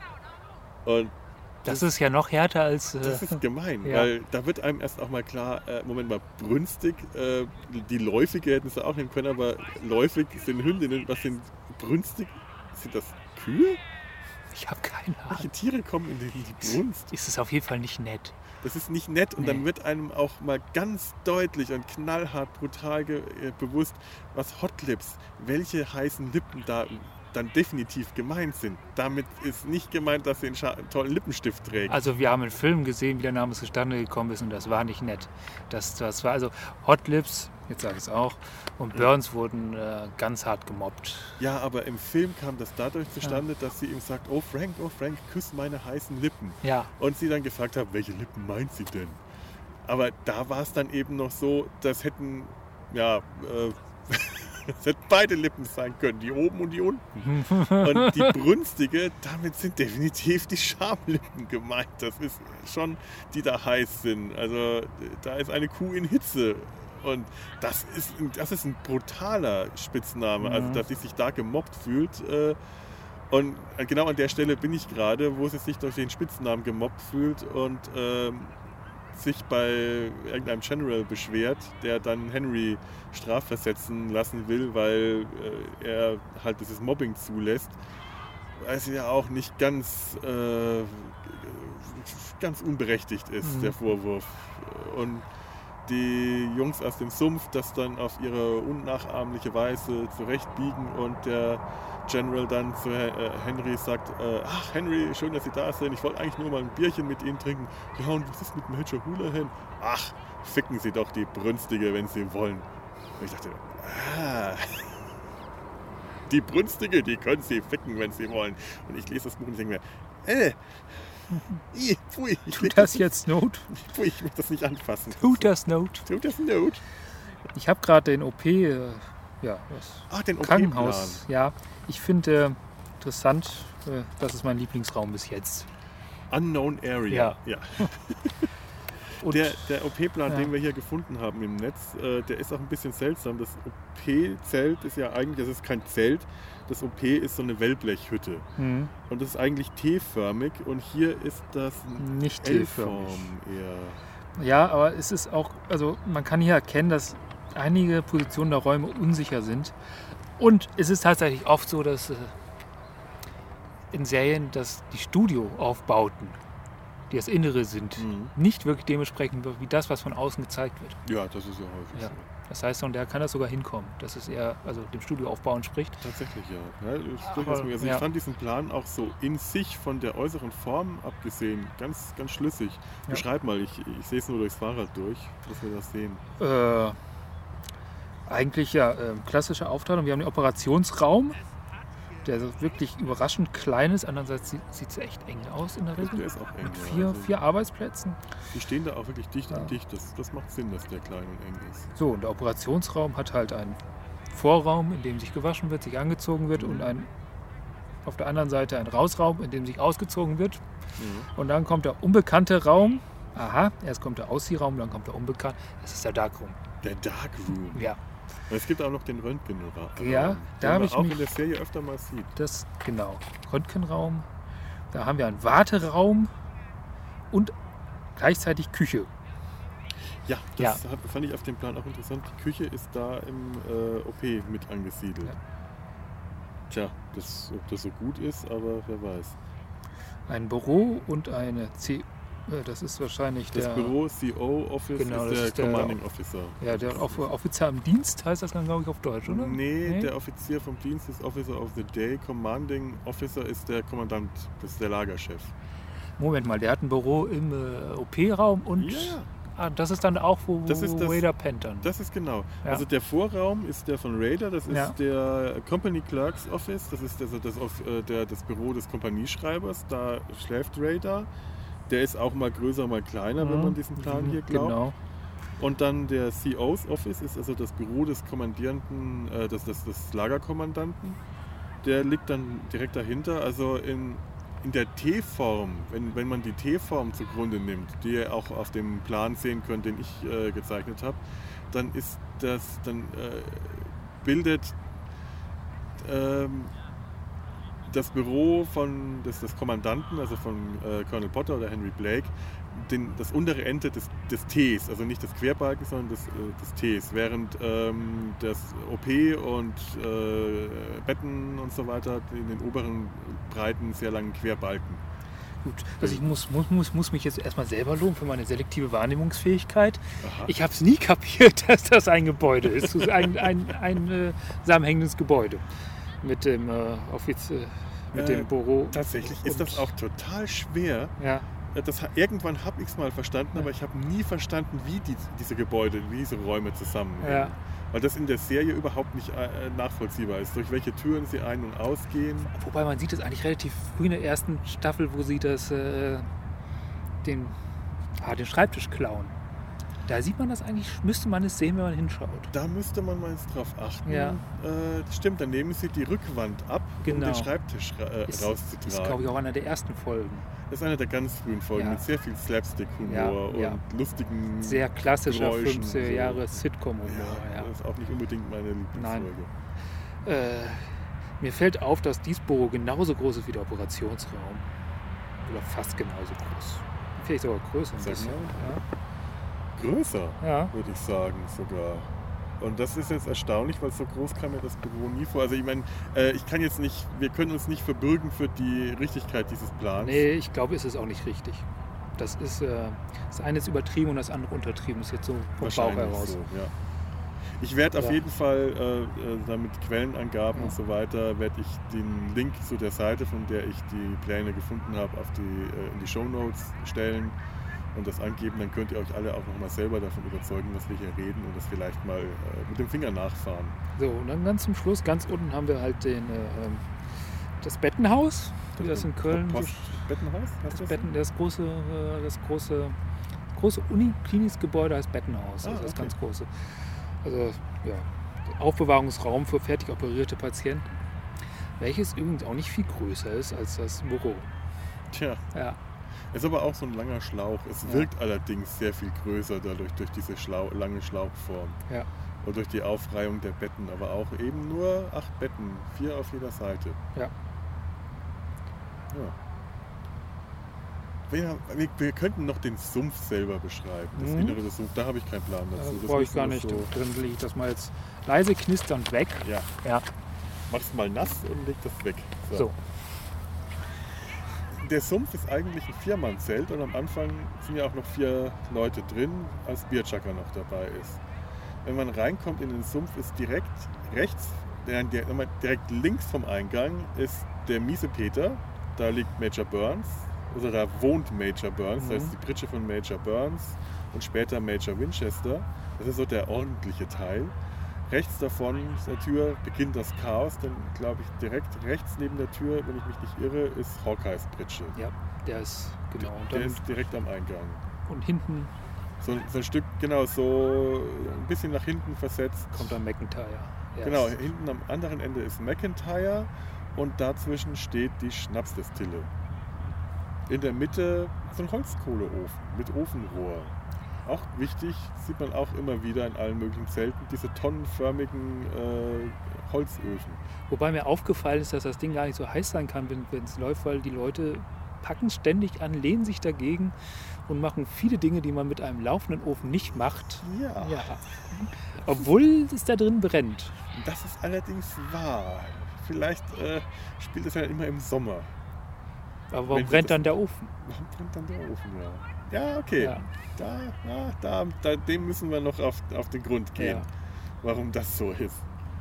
Und Das ist ja noch härter als... Äh, das ist gemein, ja. weil da wird einem erst auch mal klar, äh, Moment mal, brünstig, äh, die Läufige hätten sie auch nehmen können, aber läufig sind Hündinnen, was sind brünstig? Sind das Kühe? ich habe keine Welche Ahnung. Tiere kommen in die, in die Brunst? Ist es auf jeden Fall nicht nett. Das ist nicht nett und Nee. dann wird einem auch mal ganz deutlich und knallhart, brutal ge- äh, bewusst, was Hotlips, welche heißen Lippen da dann definitiv gemeint sind. Damit ist nicht gemeint, dass sie einen scha- tollen Lippenstift trägt. Also wir haben einen Film gesehen, wie der Name zustande gekommen ist und das war nicht nett. Das, das war also Hot Lips, jetzt sage ich es auch, und Burns wurden äh, ganz hart gemobbt. Ja, aber im Film kam das dadurch zustande, dass sie ihm sagt, oh Frank, oh Frank, küss meine heißen Lippen. Ja, Und sie dann gefragt hat, welche Lippen meint sie denn? Aber da war es dann eben noch so, das hätten, ja, äh, das hätten beide Lippen sein können, die oben und die unten. Und die brünstige, damit sind definitiv die Schamlippen gemeint. Das ist schon, die da heiß sind. Also da ist eine Kuh in Hitze. Und das ist, das ist ein brutaler Spitzname, also dass sie sich da gemobbt fühlt. Äh, und genau an der Stelle bin ich gerade, wo sie sich durch den Spitznamen gemobbt fühlt und ähm, sich bei irgendeinem General beschwert, der dann Henry strafversetzen lassen will, weil äh, er halt dieses Mobbing zulässt. Weil es ja auch nicht ganz, äh, ganz unberechtigt ist, Mhm. der Vorwurf. Und die Jungs aus dem Sumpf das dann auf ihre unnachahmliche Weise zurechtbiegen und der General dann zu äh, Henry sagt, äh, ach Henry, schön, dass Sie da sind, ich wollte eigentlich nur mal ein Bierchen mit Ihnen trinken. Ja, und was ist mit Major Houlihan? Ach, ficken Sie doch die Brünstige, wenn Sie wollen. Und ich dachte, ah, die Brünstige, die können Sie ficken, wenn Sie wollen. Und ich lese das Buch und denke mir, äh, i, pfui, ich, tut das jetzt Not? pfui, ich möchte das nicht anfassen. Tut das Not? Tut das Not? Ich habe gerade den O P, äh, ja, das Ach, den Krankenhaus. Ja, ich finde äh, interessant, äh, das ist mein Lieblingsraum bis jetzt. Unknown Area. Ja. ja. Und Der, der O P-Plan, Ja. den wir hier gefunden haben im Netz, äh, der ist auch ein bisschen seltsam. Das O P-Zelt ist ja eigentlich, das ist kein Zelt, das O P ist so eine Wellblechhütte. hm, Und das ist eigentlich T-förmig und hier ist das nicht L-Form T-förmig. eher. Ja, aber es ist auch, also man kann hier erkennen, dass einige Positionen der Räume unsicher sind. Und es ist tatsächlich oft so, dass äh, in Serien, dass die Studioaufbauten, die das Innere sind, Mhm. nicht wirklich dementsprechend wie das, was von außen gezeigt wird. Ja, das ist ja häufig Ja. so. Das heißt, und der kann das sogar hinkommen, dass es eher also dem Studioaufbau entspricht. Tatsächlich, ja. ja, ist Aber, durchaus möglich. also ja. Ich fand diesen Plan auch so in sich von der äußeren Form abgesehen ganz, ganz schlüssig. Ja. Beschreib mal, ich, ich sehe es nur durchs Fahrrad durch, dass wir das sehen. Äh, eigentlich ja äh, klassische Aufteilung. Wir haben den Operationsraum, der so wirklich überraschend klein ist. Andererseits sieht es echt eng aus in der Der Regel. ist auch eng. Mit ja. vier, Also, vier Arbeitsplätzen. die stehen da auch wirklich dicht Ja. an dicht. Das, das macht Sinn, dass der klein und eng ist. So, und der Operationsraum hat halt einen Vorraum, in dem sich gewaschen wird, sich angezogen wird, Mhm. und ein, auf der anderen Seite einen Rausraum, in dem sich ausgezogen wird. Mhm. Und dann kommt der unbekannte Raum. Aha, erst kommt der Ausziehraum, dann kommt der unbekannte. Das ist der Darkroom. Der Dark Room. Ja, Und es gibt auch noch den Röntgenraum. Ja, da den hab man ich auch mich- in der Serie öfter mal sieht. das genau. Röntgenraum. Da haben wir einen Warteraum und gleichzeitig Küche. Ja, Ja. das Hat, fand ich auf dem Plan auch interessant. Die Küche ist da im äh, O P mit angesiedelt. Ja. Tja, das, ob das so gut ist, aber wer weiß. Ein Büro und eine C. Das ist wahrscheinlich das der... Das Büro, C O Office, genau, ist der ist Commanding der, Officer. Ja, der Off- Offizier im Dienst heißt das dann, glaube ich, auf Deutsch, oder? Nee, nee, der Offizier vom Dienst ist Officer of the Day. Commanding Officer ist der Kommandant, das ist der Lagerchef. Moment mal, der hat ein Büro im äh, O P-Raum und... Ja. Ah, das ist dann auch, wo, das ist das, Raider pennt dann. Das ist genau. Ja. Also der Vorraum ist der von Raider, das ist ja. der Company Clerk's Office, das ist also das, das, der, das Büro des Kompanieschreibers, da schläft Raider. Der ist auch mal größer, mal kleiner, mhm. wenn man diesen Plan hier glaubt. Genau. Und dann der C O's Office ist also das Büro des Kommandierenden, äh, des, des, des Lagerkommandanten. Der liegt dann direkt dahinter, also in In der T-Form, wenn, wenn man die T-Form zugrunde nimmt, die ihr auch auf dem Plan sehen könnt, den ich äh, gezeichnet habe, dann ist das, dann äh, bildet ähm, das Büro von, des, des Kommandanten, also von äh, Colonel Potter oder Henry Blake, den, das untere Ende des, des Ts, also nicht des Querbalkens, sondern des, äh, des Ts, während ähm, das O P und äh, Betten und so weiter in den oberen breiten, sehr langen Querbalken. Gut, also ich muss, muss, muss, muss mich jetzt erstmal selber loben für meine selektive Wahrnehmungsfähigkeit. Aha. Ich habe es nie kapiert, dass das ein Gebäude ist, ein, ein, ein, ein äh, zusammenhängendes Gebäude mit dem äh, Offiz, äh, mit äh, dem Büro. Tatsächlich ist das auch total schwer. Ja. Das, irgendwann habe ich es mal verstanden, aber ich habe nie verstanden, wie die, diese Gebäude, wie diese Räume zusammenhängen. Ja. Weil das in der Serie überhaupt nicht äh, nachvollziehbar ist, durch welche Türen sie ein- und ausgehen. Wobei man sieht es eigentlich relativ früh in der ersten Staffel, wo sie das, äh, den, ah, den Schreibtisch klauen. Da sieht man das eigentlich, müsste man es sehen, wenn man hinschaut. Da müsste man mal drauf achten. Ja. Äh, stimmt, dann nehmen sie die Rückwand ab, genau. um den Schreibtisch äh, ist, rauszutragen. Das ist, glaube ich, auch einer der ersten Folgen. Das ist eine der ganz frühen Folgen, ja. mit sehr viel Slapstick-Humor ja, und ja. lustigen sehr klassischer so. fünfziger Jahre Sitcom-Humor. Ja, ja. Das ist auch nicht unbedingt meine Lieblingsfolge. Nein. Äh, mir fällt auf, dass dieses Büro genauso groß ist wie der Operationsraum. Oder fast genauso groß. Vielleicht sogar größer. Ein bisschen. Ja. Größer, ja. würde ich sagen sogar. Und das ist jetzt erstaunlich, weil so groß kam mir das Büro nie vor. Also ich meine, äh, ich kann jetzt nicht, wir können uns nicht verbürgen für die Richtigkeit dieses Plans. Nee, ich glaube, es ist auch nicht richtig. Das ist, äh, das eine ist übertrieben und das andere untertrieben. Das ist jetzt so vom Bauch heraus. So, ja. Ich werde auf ja. jeden Fall, äh, da mit Quellenangaben ja. und so weiter, werde ich den Link zu der Seite, von der ich die Pläne gefunden habe, auf die, äh, in die Shownotes stellen und das angeben. Dann könnt ihr euch alle auch nochmal selber davon überzeugen, was wir hier reden und das vielleicht mal äh, mit dem Finger nachfahren. So, und dann ganz zum Schluss, ganz unten haben wir halt den, äh, das Bettenhaus, wie das in Köln... Post Bettenhaus? Das, das, Betten, das große, das große, große Uniklinikgebäude heißt Bettenhaus, also ah, okay. das ganz große. Also ja, Aufbewahrungsraum für fertig operierte Patienten, welches übrigens auch nicht viel größer ist als das Büro. Tja, ja. ist aber auch so ein langer Schlauch. Es ja. wirkt allerdings sehr viel größer dadurch, durch diese Schlau lange Schlauchform. Ja. Und durch die Aufreihung der Betten, aber auch eben nur acht Betten, vier auf jeder Seite. Ja. Ja. Wir, wir könnten noch den Sumpf selber beschreiben, das mhm. Innere des Sumpfs. Da habe ich keinen Plan dazu. Da brauche ich gar nicht. So drin lege ich das mal jetzt leise knisternd weg. Ja. ja. Mach's mal nass und leg das weg. So. so. Der Sumpf ist eigentlich ein Viermann-Zelt und am Anfang sind ja auch noch vier Leute drin, als Bierchacker noch dabei ist. Wenn man reinkommt in den Sumpf, ist direkt rechts, direkt links vom Eingang ist der miese Peter. Da liegt Major Burns. Also da wohnt Major Burns, mhm. das ist die Pritsche von Major Burns und später Major Winchester. Das ist so der ordentliche Teil. Rechts davon der Tür beginnt das Chaos, denn glaube ich direkt rechts neben der Tür, wenn ich mich nicht irre, ist Hawkeyes Pritsche. Ja, der ist genau. Und der ist direkt am Eingang. Und hinten so, so ein Stück, genau, so ein bisschen nach hinten versetzt. Kommt dann McIntyre. Yes. Genau, hinten am anderen Ende ist McIntyre und dazwischen steht die Schnapsdestille. In der Mitte so ein Holzkohleofen mit Ofenrohr. Auch wichtig, sieht man auch immer wieder in allen möglichen Zelten, diese tonnenförmigen äh, Holzöfen. Wobei mir aufgefallen ist, dass das Ding gar nicht so heiß sein kann, wenn es läuft, weil die Leute packen es ständig an, lehnen sich dagegen und machen viele Dinge, die man mit einem laufenden Ofen nicht macht. Ja. ja. Obwohl es da drin brennt. Das ist allerdings wahr. vielleicht äh, spielt es halt immer im Sommer. Aber warum Wenn brennt das- dann der Ofen? Warum brennt dann der Ofen, ja? Ja, okay. Ja. Da, ja, da, da, dem müssen wir noch auf, auf den Grund gehen, Ja. warum das so ist.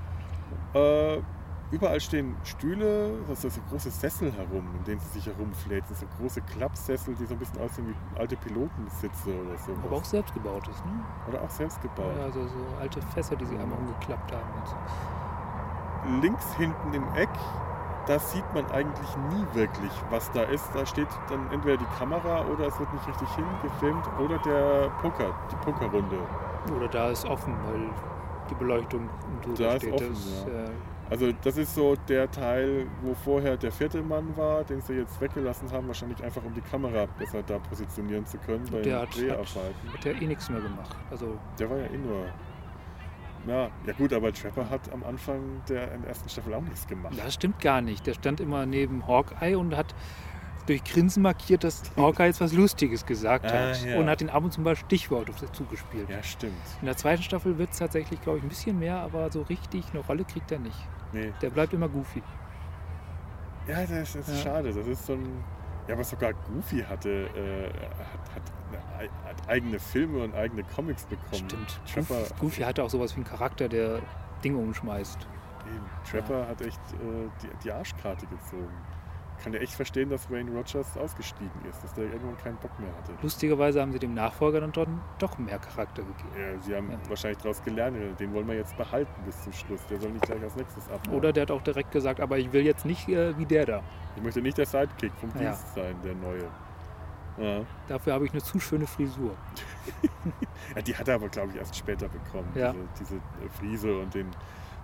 Äh, überall stehen Stühle, also so große Sessel herum, in denen sie sich herumfläzen. So große Klappsessel, die so ein bisschen aussehen wie alte Pilotensitze oder so. Aber auch selbst gebaut ist, ne? Oder auch selbst gebaut. Ja, also so alte Fässer, die sie einmal umgeklappt haben. Und so. Links hinten im Eck, da sieht man eigentlich nie wirklich, was da ist. Da steht dann entweder die Kamera oder es wird nicht richtig hingefilmt oder der Poker, die Pokerrunde. Oder da ist offen, weil die Beleuchtung und so Da ist steht. offen, das, ja. äh, Also das ist so der Teil, wo vorher der vierte Mann war, den sie jetzt weggelassen haben, wahrscheinlich einfach um die Kamera besser da positionieren zu können bei der den hat, hat, Dreharbeiten. hat ja eh nichts mehr gemacht. Also Der war ja eh nur... Ja, ja gut, aber Trapper hat am Anfang der in der ersten Staffel auch nichts gemacht. das stimmt gar nicht. Der stand immer neben Hawkeye und hat durch Grinsen markiert, dass Hawkeye jetzt was Lustiges gesagt Ah, hat. ja. Und hat ihn ab und zu mal Stichworte zugespielt. Ja, stimmt. In der zweiten Staffel wird es tatsächlich, glaube ich, ein bisschen mehr, aber so richtig eine Rolle kriegt er nicht. Nee. Der bleibt immer goofy. Ja, das ist Ja. schade. Das ist so ein... Ja, aber sogar Goofy hatte, äh, hat, hat, eine, hat eigene Filme und eigene Comics bekommen. Stimmt. Trapper, Goofy, Goofy hatte auch sowas wie einen Charakter, der Dinge umschmeißt. eben, Trapper hat echt äh, die, die Arschkarte gezogen. Kann ja echt verstehen, dass Wayne Rogers ausgestiegen ist, dass der irgendwann keinen Bock mehr hatte. Lustigerweise haben sie dem Nachfolger dann doch, doch mehr Charakter gegeben. Ja, sie haben Ja. wahrscheinlich daraus gelernt, den wollen wir jetzt behalten bis zum Schluss. Der soll nicht gleich als nächstes abhauen. Oder der hat auch direkt gesagt, aber ich will jetzt nicht äh, wie der da. Ich möchte nicht der Sidekick vom Ja. Dienst sein, der neue. Ja. Dafür habe ich eine zu schöne Frisur. Ja, die hat er aber, glaube ich, erst später bekommen. Ja. Diese, diese äh, Friese und den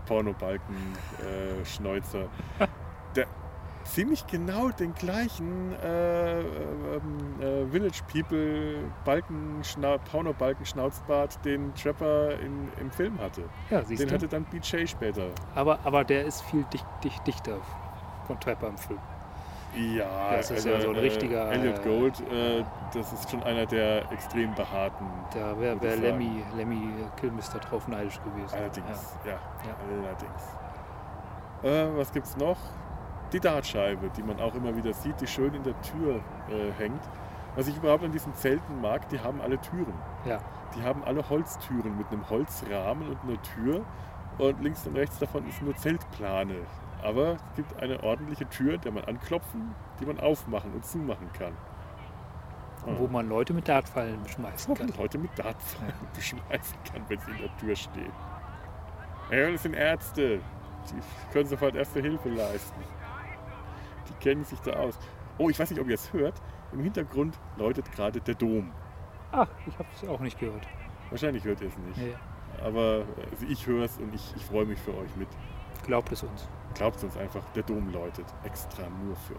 Pornobalken-Schnäuzer. Der ziemlich genau den gleichen äh, ähm, äh, Village People Balkenschna Pornobalken-Schnauzbart, den Trapper in, im Film hatte. Ja, siehst Den du. hatte dann B J später. Aber, aber der ist viel dicht, dicht, dichter von Trapper im Film. Ja, Das ist ja so ein richtiger, Äh, Elliot äh, Gold, äh, das ist schon einer der extrem behaarten. Da wäre Würde wär ich Lemmy, Lemmy Kilmister drauf neidisch gewesen. Allerdings, ja. Ja. Allerdings. Äh, was gibt's noch? Die Dartscheibe, die man auch immer wieder sieht, die schön in der Tür äh, hängt. Was ich überhaupt an diesen Zelten mag, die haben alle Türen. Ja. Die haben alle Holztüren mit einem Holzrahmen und einer Tür. Und links und rechts davon ist nur Zeltplane. Aber es gibt eine ordentliche Tür, der man anklopfen, die man aufmachen und zumachen kann. Ja. Wo man Leute mit Dartpfeilen beschmeißen Wo kann. man Leute mit Dartpfeilen beschmeißen kann, wenn sie in der Tür stehen. Ja, das sind Ärzte. Die können sofort erste Hilfe leisten. Die kennen sich da aus. Oh, ich weiß nicht, ob ihr es hört. Im Hintergrund läutet gerade der Dom. Ach, ich habe es auch nicht gehört. Wahrscheinlich hört ihr es nicht. Nee, Aber also ich höre es und ich, ich freue mich für euch mit. glaubt es uns. Glaubt uns einfach, der Dom läutet. Extra nur für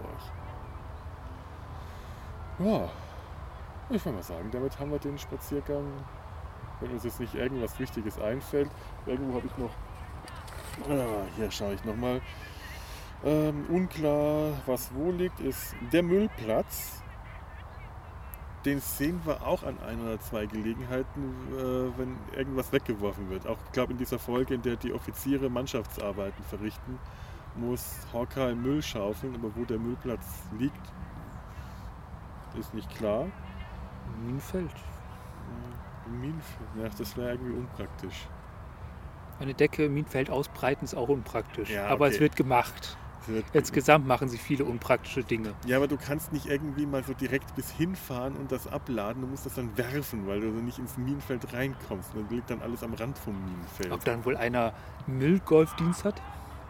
euch. Ja, ich würde mal sagen, damit haben wir den Spaziergang. Wenn uns jetzt nicht irgendwas Wichtiges einfällt. Irgendwo habe ich noch... Ah, hier schaue ich nochmal. Ähm, unklar, was wo liegt, ist der Müllplatz. Den sehen wir auch an ein oder zwei Gelegenheiten, äh, wenn irgendwas weggeworfen wird. Auch, ich glaube, in dieser Folge, in der die Offiziere Mannschaftsarbeiten verrichten, muss Hawkeye Müll schaufeln, aber wo der Müllplatz liegt, ist nicht klar. Minenfeld. Ja, Minenfeld, ja, das wäre irgendwie unpraktisch. Eine Decke im Minenfeld ausbreiten ist auch unpraktisch. Ja, Aber okay. es wird gemacht. Es wird- Insgesamt machen sie viele unpraktische Dinge. Ja, aber du kannst nicht irgendwie mal so direkt bis hinfahren und das abladen. Du musst das dann werfen, weil du so nicht ins Minenfeld reinkommst. Und dann liegt dann alles am Rand vom Minenfeld. Ob dann wohl einer Müllgolfdienst hat?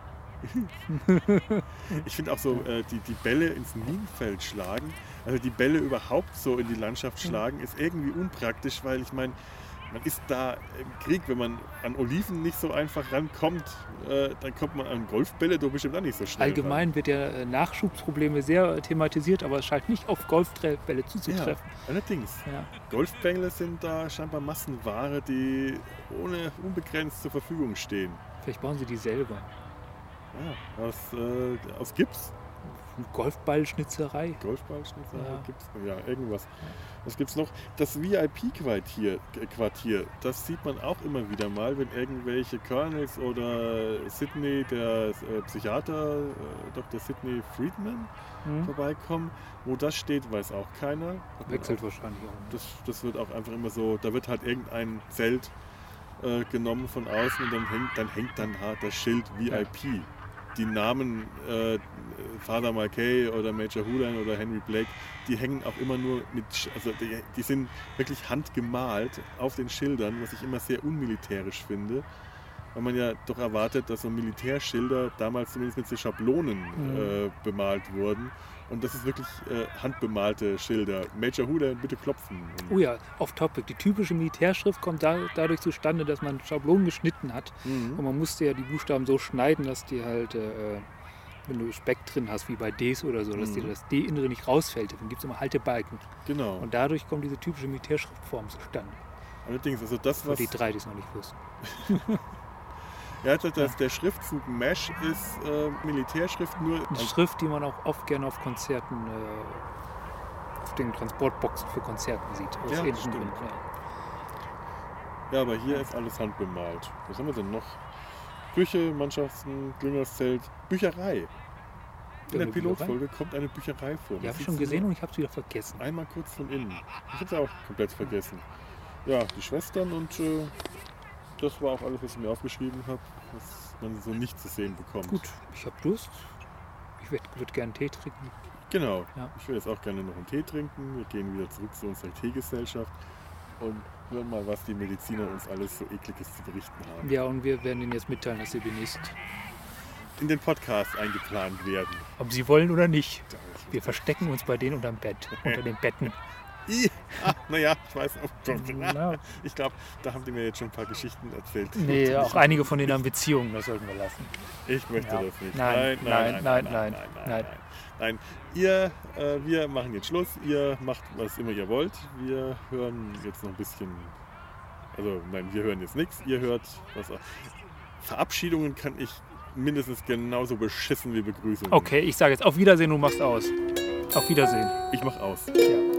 Ich finde auch so, äh, die, die Bälle ins Minenfeld schlagen, also die Bälle überhaupt so in die Landschaft schlagen, ist irgendwie unpraktisch, weil ich meine, man ist da im Krieg, wenn man an Oliven nicht so einfach rankommt, äh, dann kommt man an Golfbälle doch bestimmt auch nicht so schnell Allgemein wird ja äh, Nachschubsprobleme sehr thematisiert, aber es scheint nicht auf Golfbälle ran. zuzutreffen. Ja, allerdings. Ja. Golfbälle sind da scheinbar Massenware, die ohne unbegrenzt zur Verfügung stehen. Vielleicht bauen sie die selber. Ja, aus, äh, aus Gips. Golfballschnitzerei. Golfballschnitzerei Ja. gibt's ja irgendwas. Was gibt's noch? Das V I P-Quartier, Quartier, das sieht man auch immer wieder mal, wenn irgendwelche Colonels oder Sidney, der äh, Psychiater, äh, Doktor Sidney Friedman, Hm? vorbeikommen. Wo das steht, weiß auch keiner. Hat man Wechselt auch, wahrscheinlich auch. das, das wird auch einfach immer so, da wird halt irgendein Zelt äh, genommen von außen und dann hängt dann, hängt dann halt das Schild V I P. Die Namen äh, Father Markay oder Major Houlihan oder Henry Blake, die hängen auch immer nur mit, also die, die sind wirklich handgemalt auf den Schildern, was ich immer sehr unmilitärisch finde, weil man ja doch erwartet, dass so Militärschilder damals zumindest mit so Schablonen Mhm. äh, bemalt wurden. Und das ist wirklich äh, handbemalte Schilder. Major Houlihan, bitte klopfen. Und, Oh ja, off-topic. Die typische Militärschrift kommt da, dadurch zustande, dass man Schablonen geschnitten hat. Und mhm. man musste ja die Buchstaben so schneiden, dass die halt, äh, wenn du Speck drin hast, wie bei Ds oder so, dass Mhm. dir das D-Innere nicht rausfällt. Dann gibt es immer Haltebalken. Genau. Und dadurch kommt diese typische Militärschriftform zustande. Allerdings, also das, Für was... die drei, die es noch nicht wussten. Ja, das, das, der Schriftzug Mesh ist äh, Militärschrift nur... Eine Schrift, die man auch oft gerne auf Konzerten, äh, auf den Transportboxen für Konzerten sieht. Aus Ja, ähnlichen stimmt. Gründen, ja. Ja, aber hier ist alles handbemalt. Was haben wir denn noch? Küche, Mannschaften, Glüngerszelt, Bücherei. In Ja, der eine Pilotfolge kommt eine Bücherei vor. Die Man habe ich sieht schon sie gesehen nur und ich habe es wieder vergessen. Einmal kurz von innen. Ich habe es auch komplett vergessen. Ja, die Schwestern und äh, das war auch alles, was ich mir aufgeschrieben habe, was man so nicht zu sehen bekommt. Gut, ich habe Durst. Ich würde würd gerne Tee trinken. Genau. Ja. Ich will jetzt auch gerne noch einen Tee trinken. Wir gehen wieder zurück zu unserer Teegesellschaft und hören mal, was die Mediziner uns alles so Ekliges zu berichten haben. Ja, und wir werden Ihnen jetzt mitteilen, dass Sie demnächst, In den Podcast eingeplant werden. ob Sie wollen oder nicht. Wir verstecken uns bei denen unterm Bett, unter den Betten. I, ah, naja, ich weiß. Oh Gott. Na, Ich glaube, da haben die mir jetzt schon ein paar Geschichten erzählt. nee, auch einige von denen haben Beziehungen, das sollten wir lassen. Ich möchte Ja. das nicht. Nein, nein, nein, nein, nein, nein. Nein, ihr, äh, wir machen jetzt Schluss. Ihr macht, was immer ihr wollt. Wir hören jetzt noch ein bisschen. Also, nein, wir hören jetzt nichts. Ihr hört was. auch- Verabschiedungen kann ich mindestens genauso beschissen wie Begrüßungen. Okay, ich sage jetzt auf Wiedersehen, du machst aus. Auf Wiedersehen. Ich mach aus. Ja.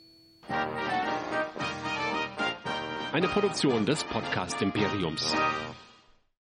Eine Produktion des Podcast Imperiums.